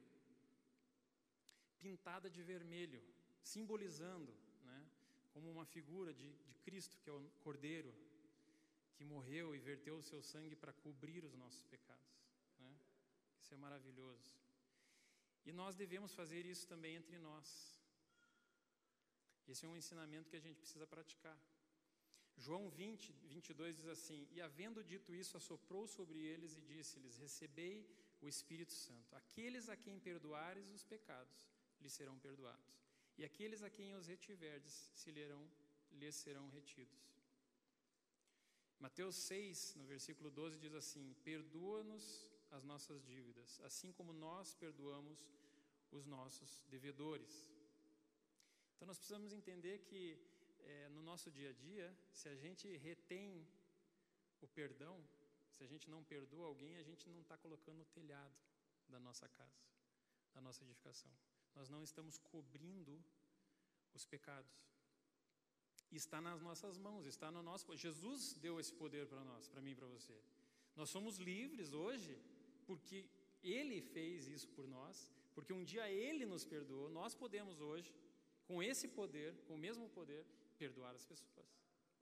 pintada de vermelho, simbolizando, né, como uma figura de Cristo, que é o cordeiro, que morreu e verteu o seu sangue para cobrir os nossos pecados, né? Isso é maravilhoso. E nós devemos fazer isso também entre nós. Esse é um ensinamento que a gente precisa praticar. João 20, 22 diz assim: e havendo dito isso, assoprou sobre eles e disse-lhes: recebei o Espírito Santo. Aqueles a quem perdoares os pecados, lhes serão perdoados. E aqueles a quem os retiverdes, lhes serão retidos. Mateus 6, no versículo 12, diz assim: perdoa-nos as nossas dívidas, assim como nós perdoamos os nossos devedores. Então nós precisamos entender que no nosso dia a dia, se a gente retém o perdão, se a gente não perdoa alguém, a gente não está colocando o telhado da nossa casa, da nossa edificação. Nós não estamos cobrindo os pecados. Está nas nossas mãos, está no nosso... Jesus deu esse poder para nós, para mim e para você. Nós somos livres hoje porque Ele fez isso por nós, porque um dia Ele nos perdoou. Nós podemos hoje, com esse poder, com o mesmo poder, perdoar as pessoas.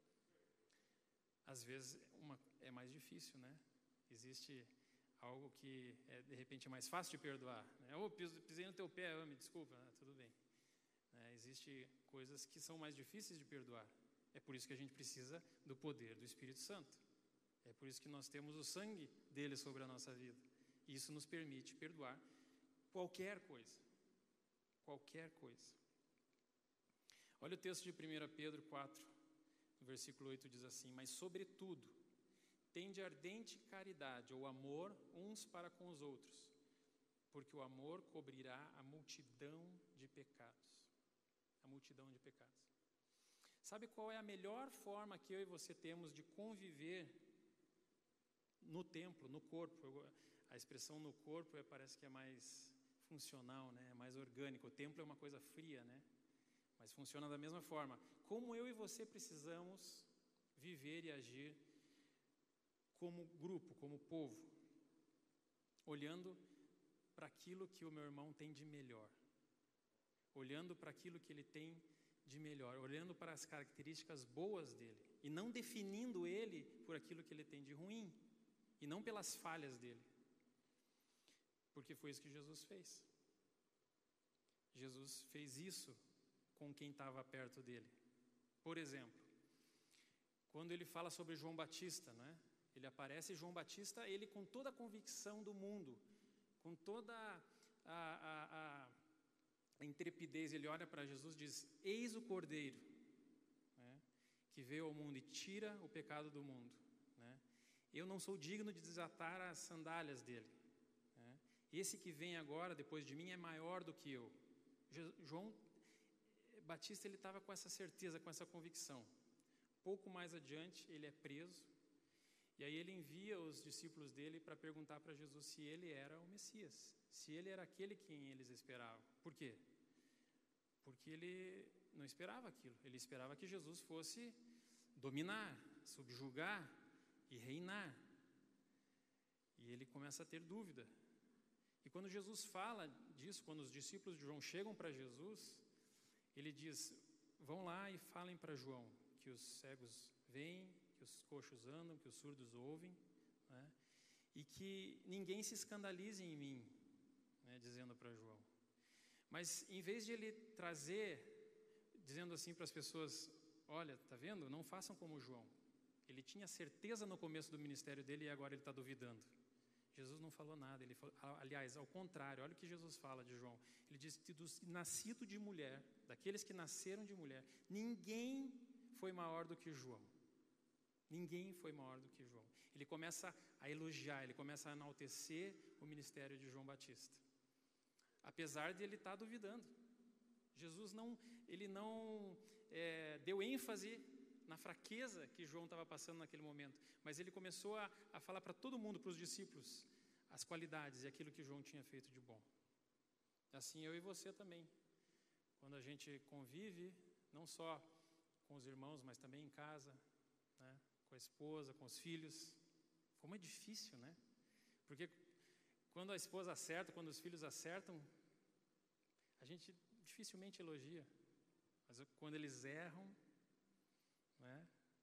Às vezes é mais difícil, né? Existe algo que de repente é mais fácil de perdoar, né? Pisei no teu pé, me desculpa, né? Tudo bem. Existem coisas que são mais difíceis de perdoar. É por isso que a gente precisa do poder do Espírito Santo. É por isso que nós temos o sangue dele sobre a nossa vida. E isso nos permite perdoar qualquer coisa. Qualquer coisa. Olha o texto de 1 Pedro 4, no versículo 8, diz assim: mas sobretudo, tende ardente caridade ou amor uns para com os outros, porque o amor cobrirá a multidão de pecados. A multidão de pecados. Sabe qual é a melhor forma que eu e você temos de conviver no templo, no corpo? A expressão no corpo parece que é mais funcional, né? É mais orgânico. O templo é uma coisa fria, né? Mas funciona da mesma forma. Como eu e você precisamos viver e agir como grupo, como povo, olhando para aquilo que o meu irmão tem de melhor. Olhando para aquilo que ele tem de melhor, olhando para as características boas dele, e não definindo ele por aquilo que ele tem de ruim, e não pelas falhas dele. Porque foi isso que Jesus fez. Jesus fez isso com quem estava perto dele. Por exemplo, quando ele fala sobre João Batista, né? Ele aparece, João Batista, ele com toda a convicção do mundo, com toda a intrepidez, ele olha para Jesus e diz: eis o Cordeiro, né, que veio ao mundo e tira o pecado do mundo, né? Eu não sou digno de desatar as sandálias dele, né? Esse que vem agora depois de mim é maior do que eu. João Batista, ele estava com essa certeza, com essa convicção. Pouco mais adiante ele é preso, e aí ele envia os discípulos dele para perguntar para Jesus se ele era o Messias, se ele era aquele quem eles esperavam. Por quê? Porque ele não esperava aquilo. Ele esperava que Jesus fosse dominar, subjugar e reinar. E ele começa a ter dúvida. E quando Jesus fala disso, quando os discípulos de João chegam para Jesus, ele diz: vão lá e falem para João que os cegos veem, que os coxos andam, que os surdos ouvem, né? E que ninguém se escandalize em mim, né? Dizendo para João. Mas em vez de ele trazer, dizendo assim para as pessoas: olha, tá vendo? Não façam como João. Ele tinha certeza no começo do ministério dele e agora ele está duvidando. Jesus não falou nada. Ele falou, aliás, ao contrário, olha o que Jesus fala de João. Ele diz que dos nascidos de mulher, daqueles que nasceram de mulher, ninguém foi maior do que João. Ninguém foi maior do que João. Ele começa a elogiar, ele começa a enaltecer o ministério de João Batista. Apesar de ele estar duvidando. Jesus não deu ênfase na fraqueza que João estava passando naquele momento, mas ele começou a falar para todo mundo, para os discípulos, as qualidades e aquilo que João tinha feito de bom. Assim eu e você também. quando a gente convive, não só com os irmãos, mas também em casa, né? Com a esposa, com os filhos. Como é difícil, né? Porque quando a esposa acerta, quando os filhos acertam, a gente dificilmente elogia. Mas quando eles erram, né?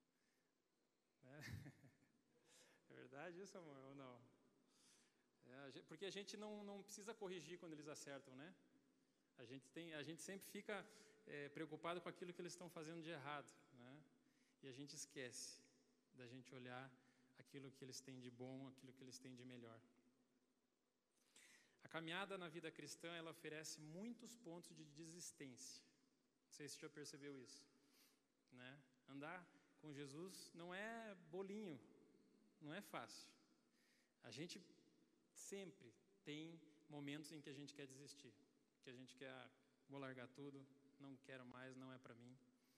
É verdade isso, amor, ou não? Porque a gente não precisa corrigir quando eles acertam, né? A gente sempre fica preocupado com aquilo que eles estão fazendo de errado, né? E a gente esquece da gente olhar aquilo que eles têm de bom, aquilo que eles têm de melhor. A caminhada na vida cristã, ela oferece muitos pontos de desistência. Não sei se você já percebeu isso, né? Andar com Jesus não é bolinho, não é fácil. A gente sempre tem momentos em que a gente quer desistir, que a gente quer, vou largar tudo, não quero mais, não é para mim.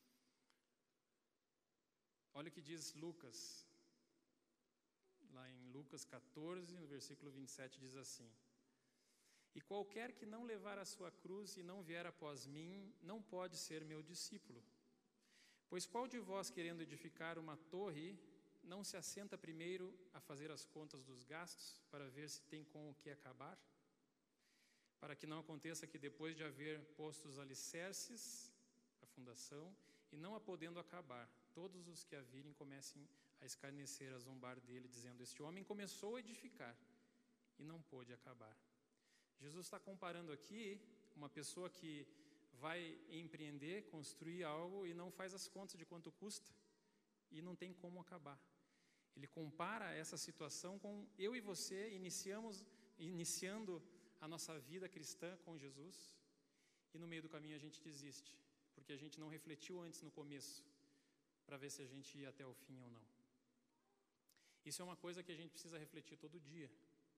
Olha o que diz Lucas, lá em Lucas 14, no versículo 27, diz assim: e qualquer que não levar a sua cruz e não vier após mim, não pode ser meu discípulo. Pois qual de vós, querendo edificar uma torre, não se assenta primeiro a fazer as contas dos gastos, para ver se tem com o que acabar? Para que não aconteça que depois de haver posto os alicerces, a fundação, e não a podendo acabar, todos os que a virem comecem a escarnecer, a zombar dele, dizendo: este homem começou a edificar e não pôde acabar. Jesus está comparando aqui uma pessoa que vai empreender, construir algo e não faz as contas de quanto custa e não tem como acabar. Ele compara essa situação com eu e você iniciando a nossa vida cristã com Jesus e no meio do caminho a gente desiste, porque a gente não refletiu antes no começo para ver se a gente ia até o fim ou não. Isso é uma coisa que a gente precisa refletir todo dia.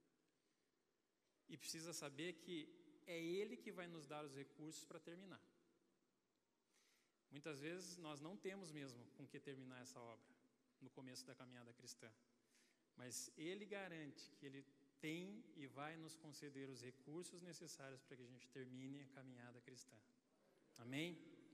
E precisa saber que é Ele que vai nos dar os recursos para terminar. Muitas vezes nós não temos mesmo com que terminar essa obra no começo da caminhada cristã. Mas Ele garante que Ele tem e vai nos conceder os recursos necessários para que a gente termine a caminhada cristã. Amém?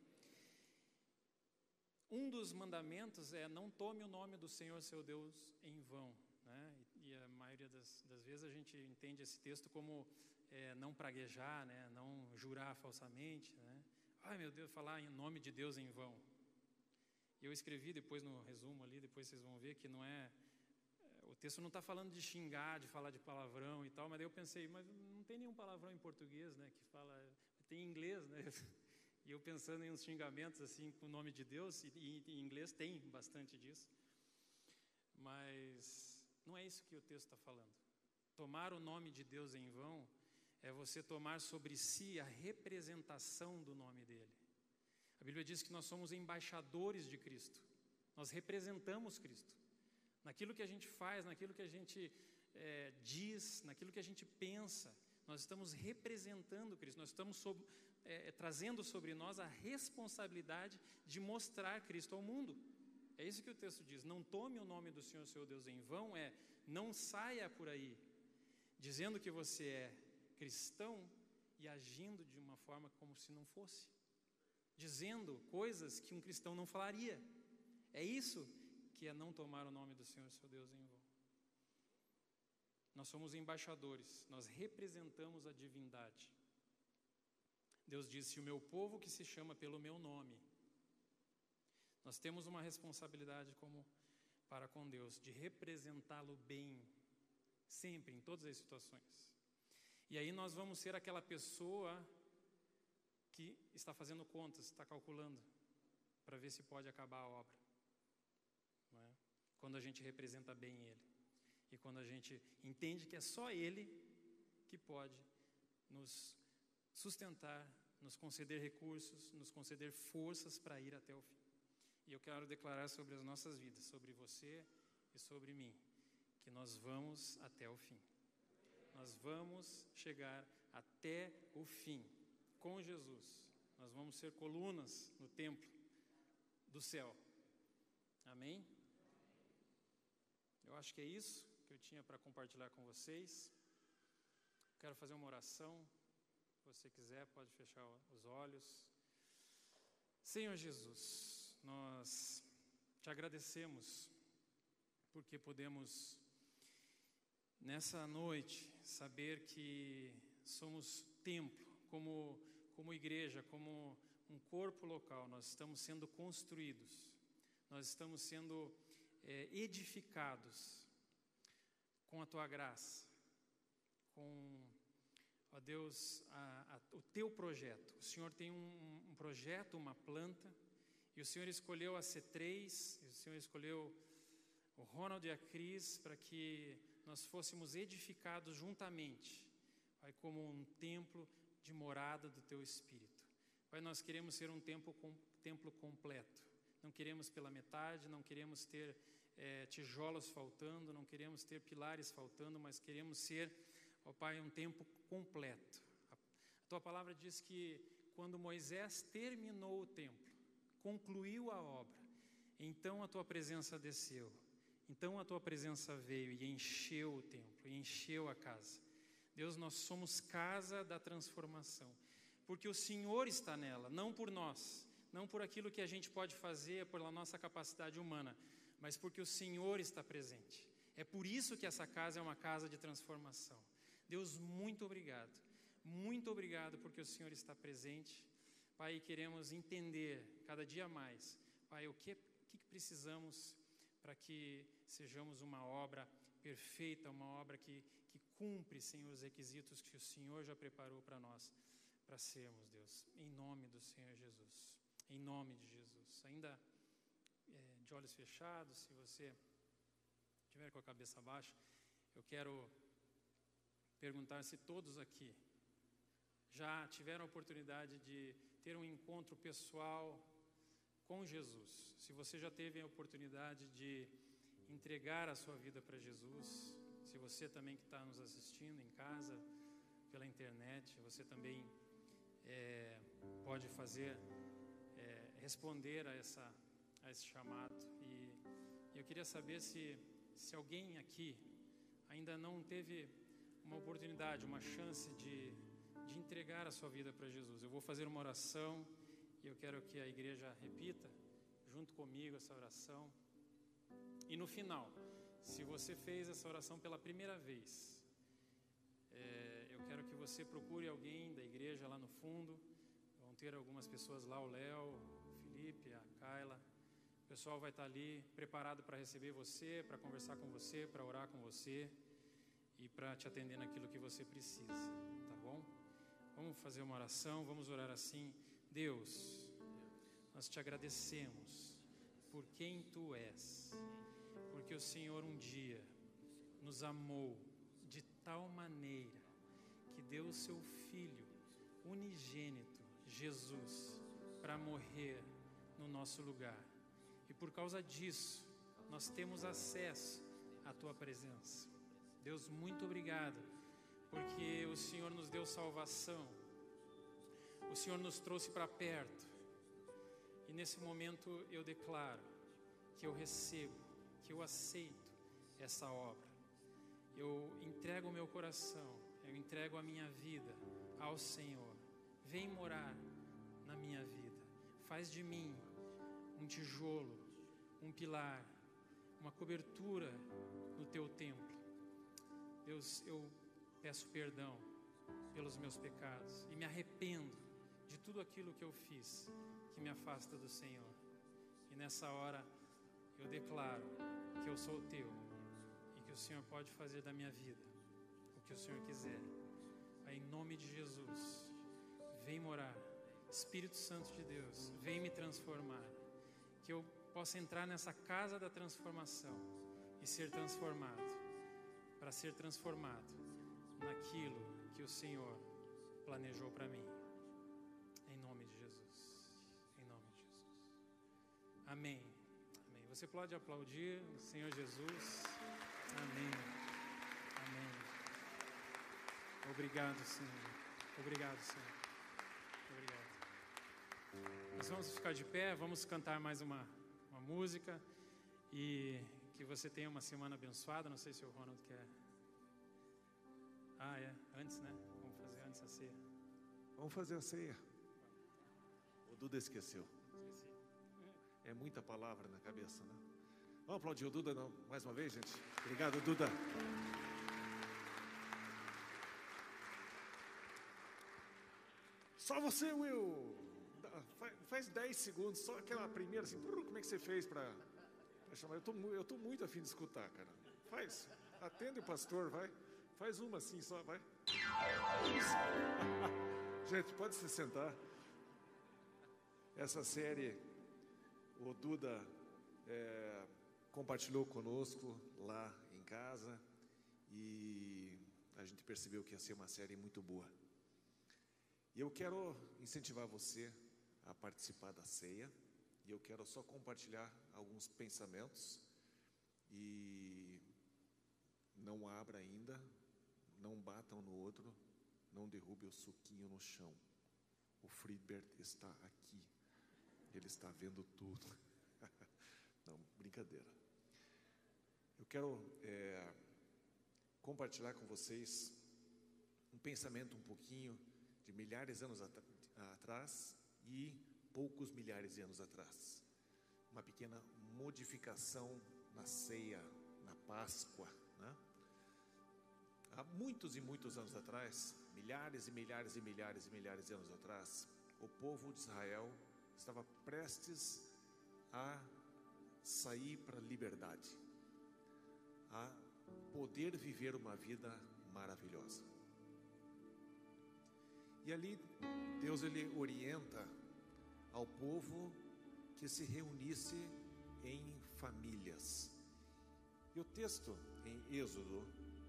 Um dos mandamentos é: não tome o nome do Senhor seu Deus em vão, né? E a maioria das vezes a gente entende esse texto como não praguejar, né? Não jurar falsamente, né? Ai meu Deus, falar em nome de Deus em vão. Eu escrevi depois no resumo ali, depois vocês vão ver que não é... O texto não está falando de xingar, de falar de palavrão e tal, mas daí eu pensei, mas não tem nenhum palavrão em português, né? Que fala... Tem em inglês, né? E eu pensando em uns xingamentos assim com o nome de Deus, e em inglês tem bastante disso. Mas não é isso que o texto está falando. Tomar o nome de Deus em vão é você tomar sobre si a representação do nome dele. A Bíblia diz que nós somos embaixadores de Cristo. Nós representamos Cristo. Naquilo que a gente faz, naquilo que a gente diz, naquilo que a gente pensa, nós estamos representando Cristo. Nós estamos trazendo sobre nós a responsabilidade de mostrar Cristo ao mundo. É isso que o texto diz. Não tome o nome do Senhor seu Deus em vão, não saia por aí dizendo que você é cristão e agindo de uma forma como se não fosse. Dizendo coisas que um cristão não falaria. É isso que é não tomar o nome do Senhor seu Deus em vão. Nós somos embaixadores, nós representamos a divindade. Deus disse: o meu povo que se chama pelo meu nome. Nós temos uma responsabilidade para com Deus, de representá-lo bem, sempre, em todas as situações. E aí nós vamos ser aquela pessoa que está fazendo contas, está calculando, para ver se pode acabar a obra. Não é? Quando a gente representa bem Ele. E quando a gente entende que é só Ele que pode nos sustentar, nos conceder recursos, nos conceder forças para ir até o fim. E eu quero declarar sobre as nossas vidas, sobre você e sobre mim, que nós vamos até o fim. Nós vamos chegar até o fim com Jesus. Nós vamos ser colunas no templo do céu. Amém? Eu acho que é isso que eu tinha para compartilhar com vocês. Quero fazer uma oração. Se você quiser, pode fechar os olhos. Senhor Jesus, nós te agradecemos porque podemos nessa noite saber que somos templo, como igreja, como um corpo local. Nós estamos sendo construídos, nós estamos sendo edificados com a tua graça, com, ó Deus, o teu projeto. O Senhor tem um projeto, uma planta, e o Senhor escolheu a C3, e o Senhor escolheu o Ronald e a Cris para que nós fôssemos edificados juntamente, Pai, como um templo de morada do teu Espírito. Pai, nós queremos ser um templo completo. Não queremos pela metade, não queremos ter tijolos faltando, não queremos ter pilares faltando, mas queremos ser, ó Pai, um templo completo. A tua palavra diz que quando Moisés terminou o templo, concluiu a obra, então a tua presença desceu. Então a tua presença veio e encheu o templo, e encheu a casa. Deus, nós somos casa da transformação, porque o Senhor está nela, não por nós, não por aquilo que a gente pode fazer, pela nossa capacidade humana, mas porque o Senhor está presente. É por isso que essa casa é uma casa de transformação. Deus, muito obrigado porque o Senhor está presente. Pai, queremos entender cada dia mais, Pai, o que precisamos para que sejamos uma obra perfeita, uma obra que cumpre, Senhor, os requisitos que o Senhor já preparou para nós, para sermos, Deus, em nome do Senhor Jesus, em nome de Jesus. Ainda de olhos fechados, se você estiver com a cabeça baixa, eu quero perguntar se todos aqui já tiveram a oportunidade de ter um encontro pessoal com Jesus. Se você já teve a oportunidade de entregar a sua vida para Jesus, se você também que está nos assistindo em casa, pela internet, você também pode responder a esse chamado. E eu queria saber se alguém aqui ainda não teve uma oportunidade, uma chance de entregar a sua vida para Jesus. Eu vou fazer uma oração e eu quero que a igreja repita junto comigo essa oração. E no final, se você fez essa oração pela primeira vez, eu quero que você procure alguém da igreja lá no fundo. Vão ter algumas pessoas lá, o Léo, o Felipe, a Kayla. O pessoal vai estar ali preparado para receber você, para conversar com você, para orar com você e para te atender naquilo que você precisa, tá bom? Vamos fazer uma oração, vamos orar assim. Deus, nós te agradecemos por quem Tu és, porque o Senhor um dia nos amou de tal maneira que deu o Seu Filho unigênito, Jesus, para morrer no nosso lugar. E por causa disso, nós temos acesso à Tua presença. Deus, muito obrigado, porque o Senhor nos deu salvação, o Senhor nos trouxe para perto. E nesse momento eu declaro que eu recebo, que eu aceito essa obra. Eu entrego o meu coração, eu entrego a minha vida ao Senhor. Vem morar na minha vida. Faz de mim um tijolo, um pilar, uma cobertura no Teu templo. Deus, eu peço perdão pelos meus pecados e me arrependo de tudo aquilo que eu fiz que me afasta do Senhor. E nessa hora eu declaro que eu sou Teu e que o Senhor pode fazer da minha vida o que o Senhor quiser. Em nome de Jesus, vem morar. Espírito Santo de Deus, vem me transformar. Que eu possa entrar nessa casa da transformação e ser transformado, para ser transformado naquilo que o Senhor planejou para mim. Em nome de Jesus. Em nome de Jesus. Amém. Amém. Você pode aplaudir o Senhor Jesus. Amém. Amém. Obrigado, Senhor. Obrigado, Senhor. Obrigado. Nós vamos ficar de pé, vamos cantar mais uma música. E que você tenha uma semana abençoada. Não sei se o Ronald quer. Antes, né? Vamos fazer antes a ceia. Vamos fazer a ceia. O Duda esqueceu. É muita palavra na cabeça, né? Vamos aplaudir o Duda não? Mais uma vez, gente. Obrigado, Duda. Só você, Will. Faz 10 segundos, só aquela primeira assim. Como é que você fez para chamar? Eu tô muito afim de escutar, cara. Faz. Atende o pastor, vai. Faz uma assim só, vai. Gente, pode se sentar. Essa série, o Duda compartilhou conosco lá em casa e a gente percebeu que ia ser uma série muito boa. E eu quero incentivar você a participar da ceia e eu quero só compartilhar alguns pensamentos e não abra ainda, não batam no outro, não derrube o suquinho no chão. O Friedbert está aqui, ele está vendo tudo. Não, brincadeira. Eu quero compartilhar com vocês um pensamento um pouquinho de milhares de anos atrás e poucos milhares de anos atrás. Uma pequena modificação na ceia, na Páscoa, né? Há muitos e muitos anos atrás, milhares e milhares e milhares e milhares de anos atrás, o povo de Israel estava prestes a sair para a liberdade, a poder viver uma vida maravilhosa. E ali Deus ele orienta ao povo que se reunisse em famílias. E o texto em Êxodo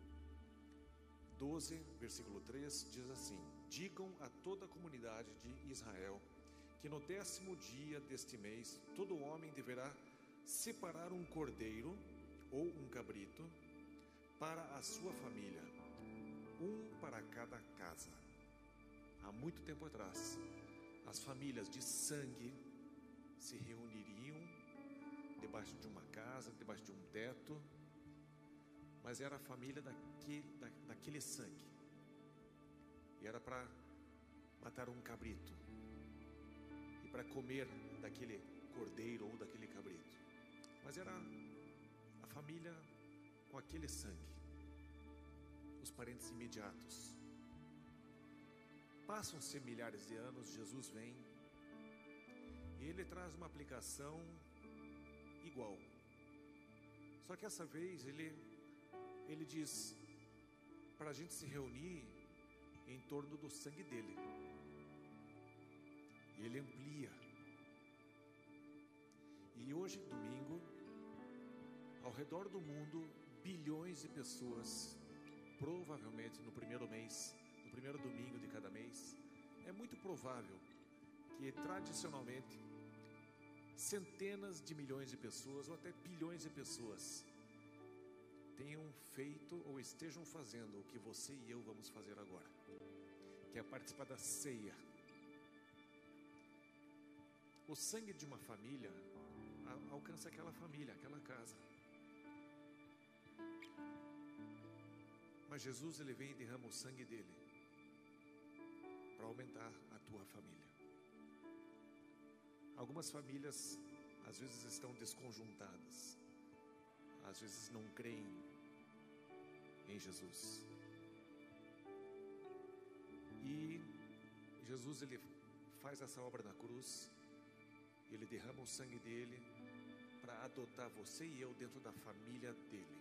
12, versículo 3 diz assim: digam a toda a comunidade de Israel que no 10º dia deste mês todo homem deverá separar um cordeiro ou um cabrito para a sua família, um para cada casa. Há muito tempo atrás, as famílias de sangue se reuniriam debaixo de uma casa, debaixo de um teto, mas era a família daquele sangue. E era para matar um cabrito e para comer daquele cordeiro ou daquele cabrito. Mas era a família com aquele sangue, os parentes imediatos. Passam-se milhares de anos, Jesus vem e ele traz uma aplicação igual. Só que essa vez ele diz para a gente se reunir em torno do sangue dele. E ele amplia. E hoje, domingo, ao redor do mundo, bilhões de pessoas, provavelmente no primeiro mês, no primeiro domingo de cada mês, é muito provável que tradicionalmente centenas de milhões de pessoas ou até bilhões de pessoas tenham feito ou estejam fazendo o que você e eu vamos fazer agora, que é participar da ceia. O sangue de uma família alcança aquela família, aquela casa. Mas Jesus ele vem e derrama o sangue dele para aumentar a tua família. Algumas famílias às vezes estão desconjuntadas, às vezes não creem em Jesus. E Jesus ele faz essa obra na cruz, ele derrama o sangue dele para adotar você e eu dentro da família dele,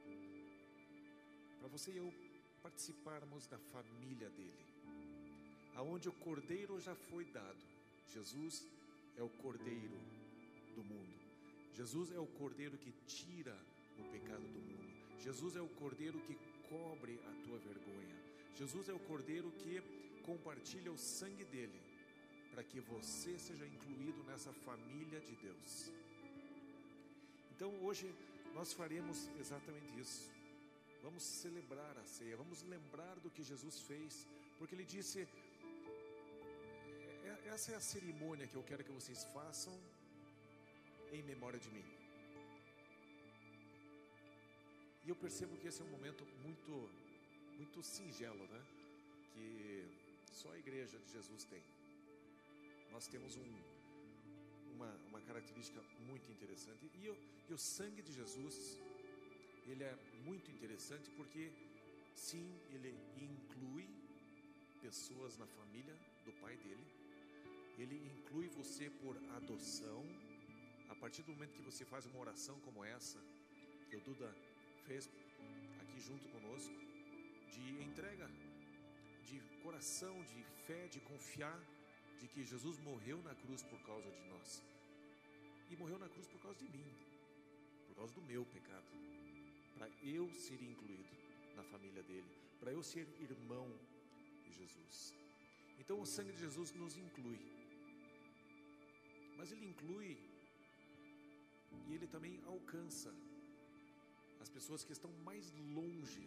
para você e eu participarmos da família dele, aonde o cordeiro já foi dado. Jesus é o cordeiro do mundo. Jesus é o cordeiro que tira o pecado do mundo. Jesus é o cordeiro que cobre a tua vergonha. Jesus é o cordeiro que compartilha o sangue dele para que você seja incluído nessa família de Deus. Então hoje nós faremos exatamente isso. Vamos celebrar a ceia, vamos lembrar do que Jesus fez, porque ele disse: essa é a cerimônia que eu quero que vocês façam em memória de mim. E eu percebo que esse é um momento muito singelo, né? Que só a igreja de Jesus tem. Nós temos uma característica muito interessante. E o sangue de Jesus, ele é muito interessante porque, sim, ele inclui pessoas na família do pai dele. Ele inclui você por adoção. A partir do momento que você faz uma oração como essa, que o Duda fez aqui junto conosco, de entrega, de coração, de fé, de confiar de que Jesus morreu na cruz por causa de nós. E morreu na cruz por causa de mim, por causa do meu pecado, para eu ser incluído na família dele, para eu ser irmão de Jesus. Então o sangue de Jesus nos inclui, mas ele inclui e ele também alcança as pessoas que estão mais longe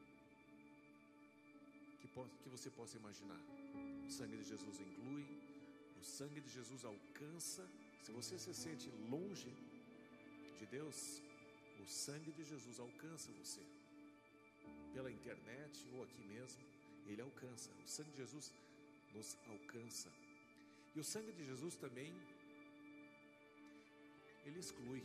que você possa imaginar. O sangue de Jesus inclui, o sangue de Jesus alcança. Se você se sente longe de Deus, o sangue de Jesus alcança você. Pela internet ou aqui mesmo, ele alcança. O sangue de Jesus nos alcança. E o sangue de Jesus também, ele exclui.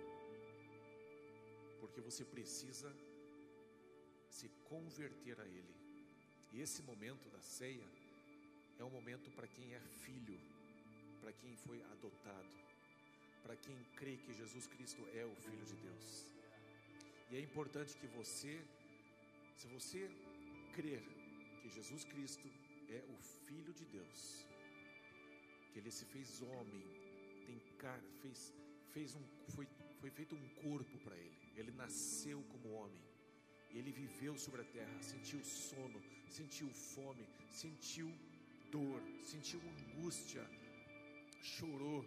Porque você precisa se converter a ele. E esse momento da ceia é um momento para quem é filho, para quem foi adotado, para quem crê que Jesus Cristo é o Filho de Deus. E é importante que você, se você crer que Jesus Cristo é o Filho de Deus, que ele se fez homem, tem carne, foi feito um corpo para ele. Ele nasceu como homem. Ele viveu sobre a terra, sentiu sono, sentiu fome, sentiu dor, sentiu angústia, chorou.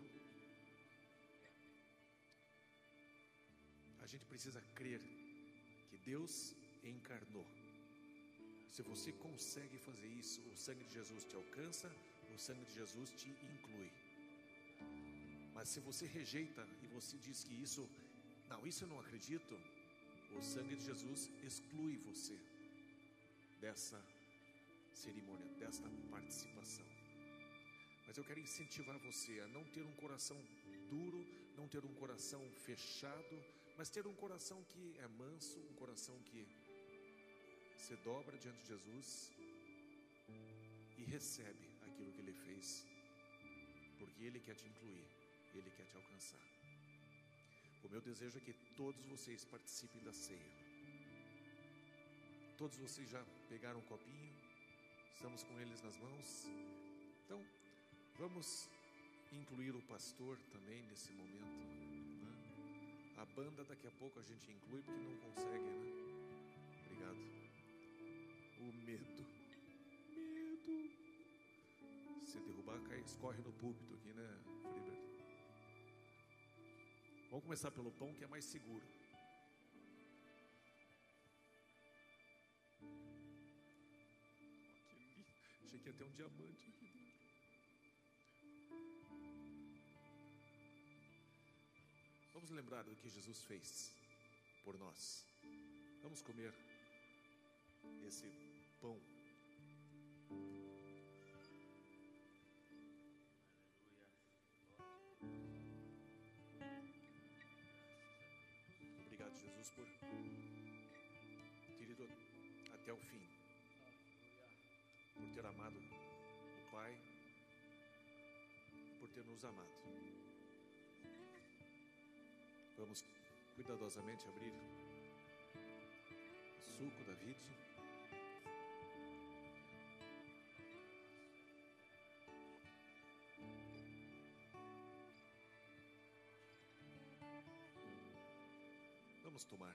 A gente precisa crer que Deus encarnou. Se você consegue fazer isso, o sangue de Jesus te alcança, o sangue de Jesus te inclui. Mas se você rejeita e você diz que isso eu não acredito, o sangue de Jesus exclui você dessa cerimônia, desta participação. Mas eu quero incentivar você a não ter um coração duro, não ter um coração fechado, mas ter um coração que é manso, um coração que se dobra diante de Jesus e recebe aquilo que ele fez, porque ele quer te incluir, ele quer te alcançar. O meu desejo é que todos vocês participem da ceia. Todos vocês já pegaram um copinho, estamos com eles nas mãos. Então, vamos incluir o pastor também nesse momento, né? A banda daqui a pouco a gente inclui porque não consegue, né? Obrigado. O medo. Se derrubar, escorre no púlpito aqui, né, Friber? Vamos começar pelo pão, que é mais seguro. Achei que ia ter um diamante aqui dentro. Vamos lembrar do que Jesus fez por nós. Vamos comer esse pão. Obrigado, Jesus, por ter ido até o fim, por ter amado o Pai, por ter nos amado. Vamos cuidadosamente abrir o suco da vide. Vamos tomar.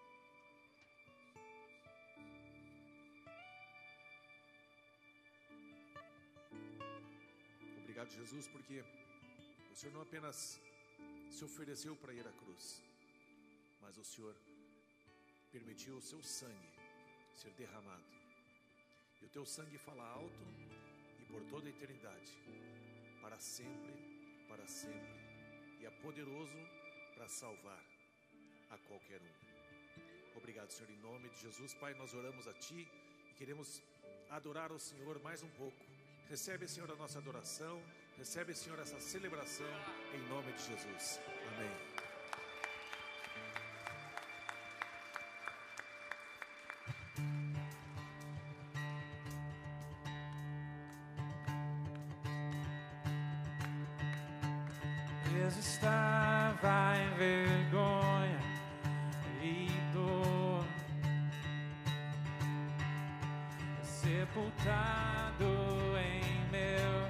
Obrigado, Jesus, porque o Senhor não apenas se ofereceu para ir à cruz, mas o Senhor permitiu o seu sangue ser derramado. E o teu sangue fala alto e por toda a eternidade, para sempre, e é poderoso para salvar a qualquer um. Obrigado, Senhor, em nome de Jesus. Pai, nós oramos a Ti e queremos adorar o Senhor mais um pouco. Recebe, Senhor, a nossa adoração, Recebe, Senhor, essa celebração em nome de Jesus. Amém. Deus estava em vergonha e dor, sepultado em meu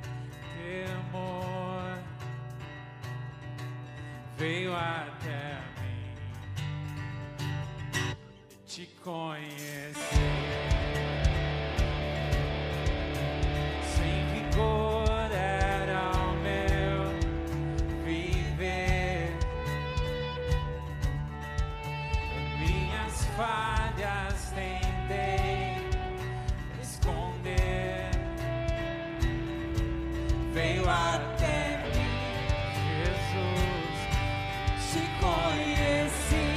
temor, veio até mim te conhecer. Sem vigor era o meu viver, minhas falhas tentei esconder, veio até mim, Jesus, te conheci,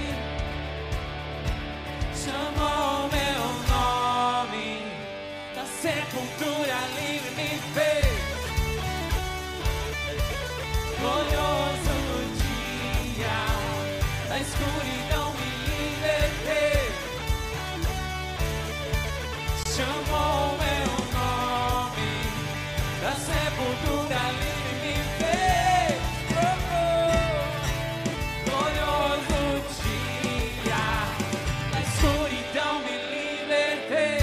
chamou meu nome, da sepultura livre me fez, glorioso dia, da escuridão me libertei, chamou meu nome, da sepultura livre me fez, glorioso dia, da escuridão me libertei.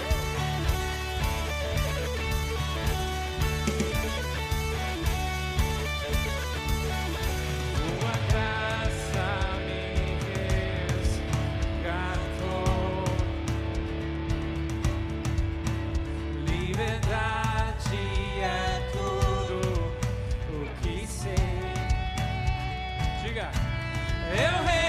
Tua graça me resgatou, liberdade é tudo o que sei. Diga, eu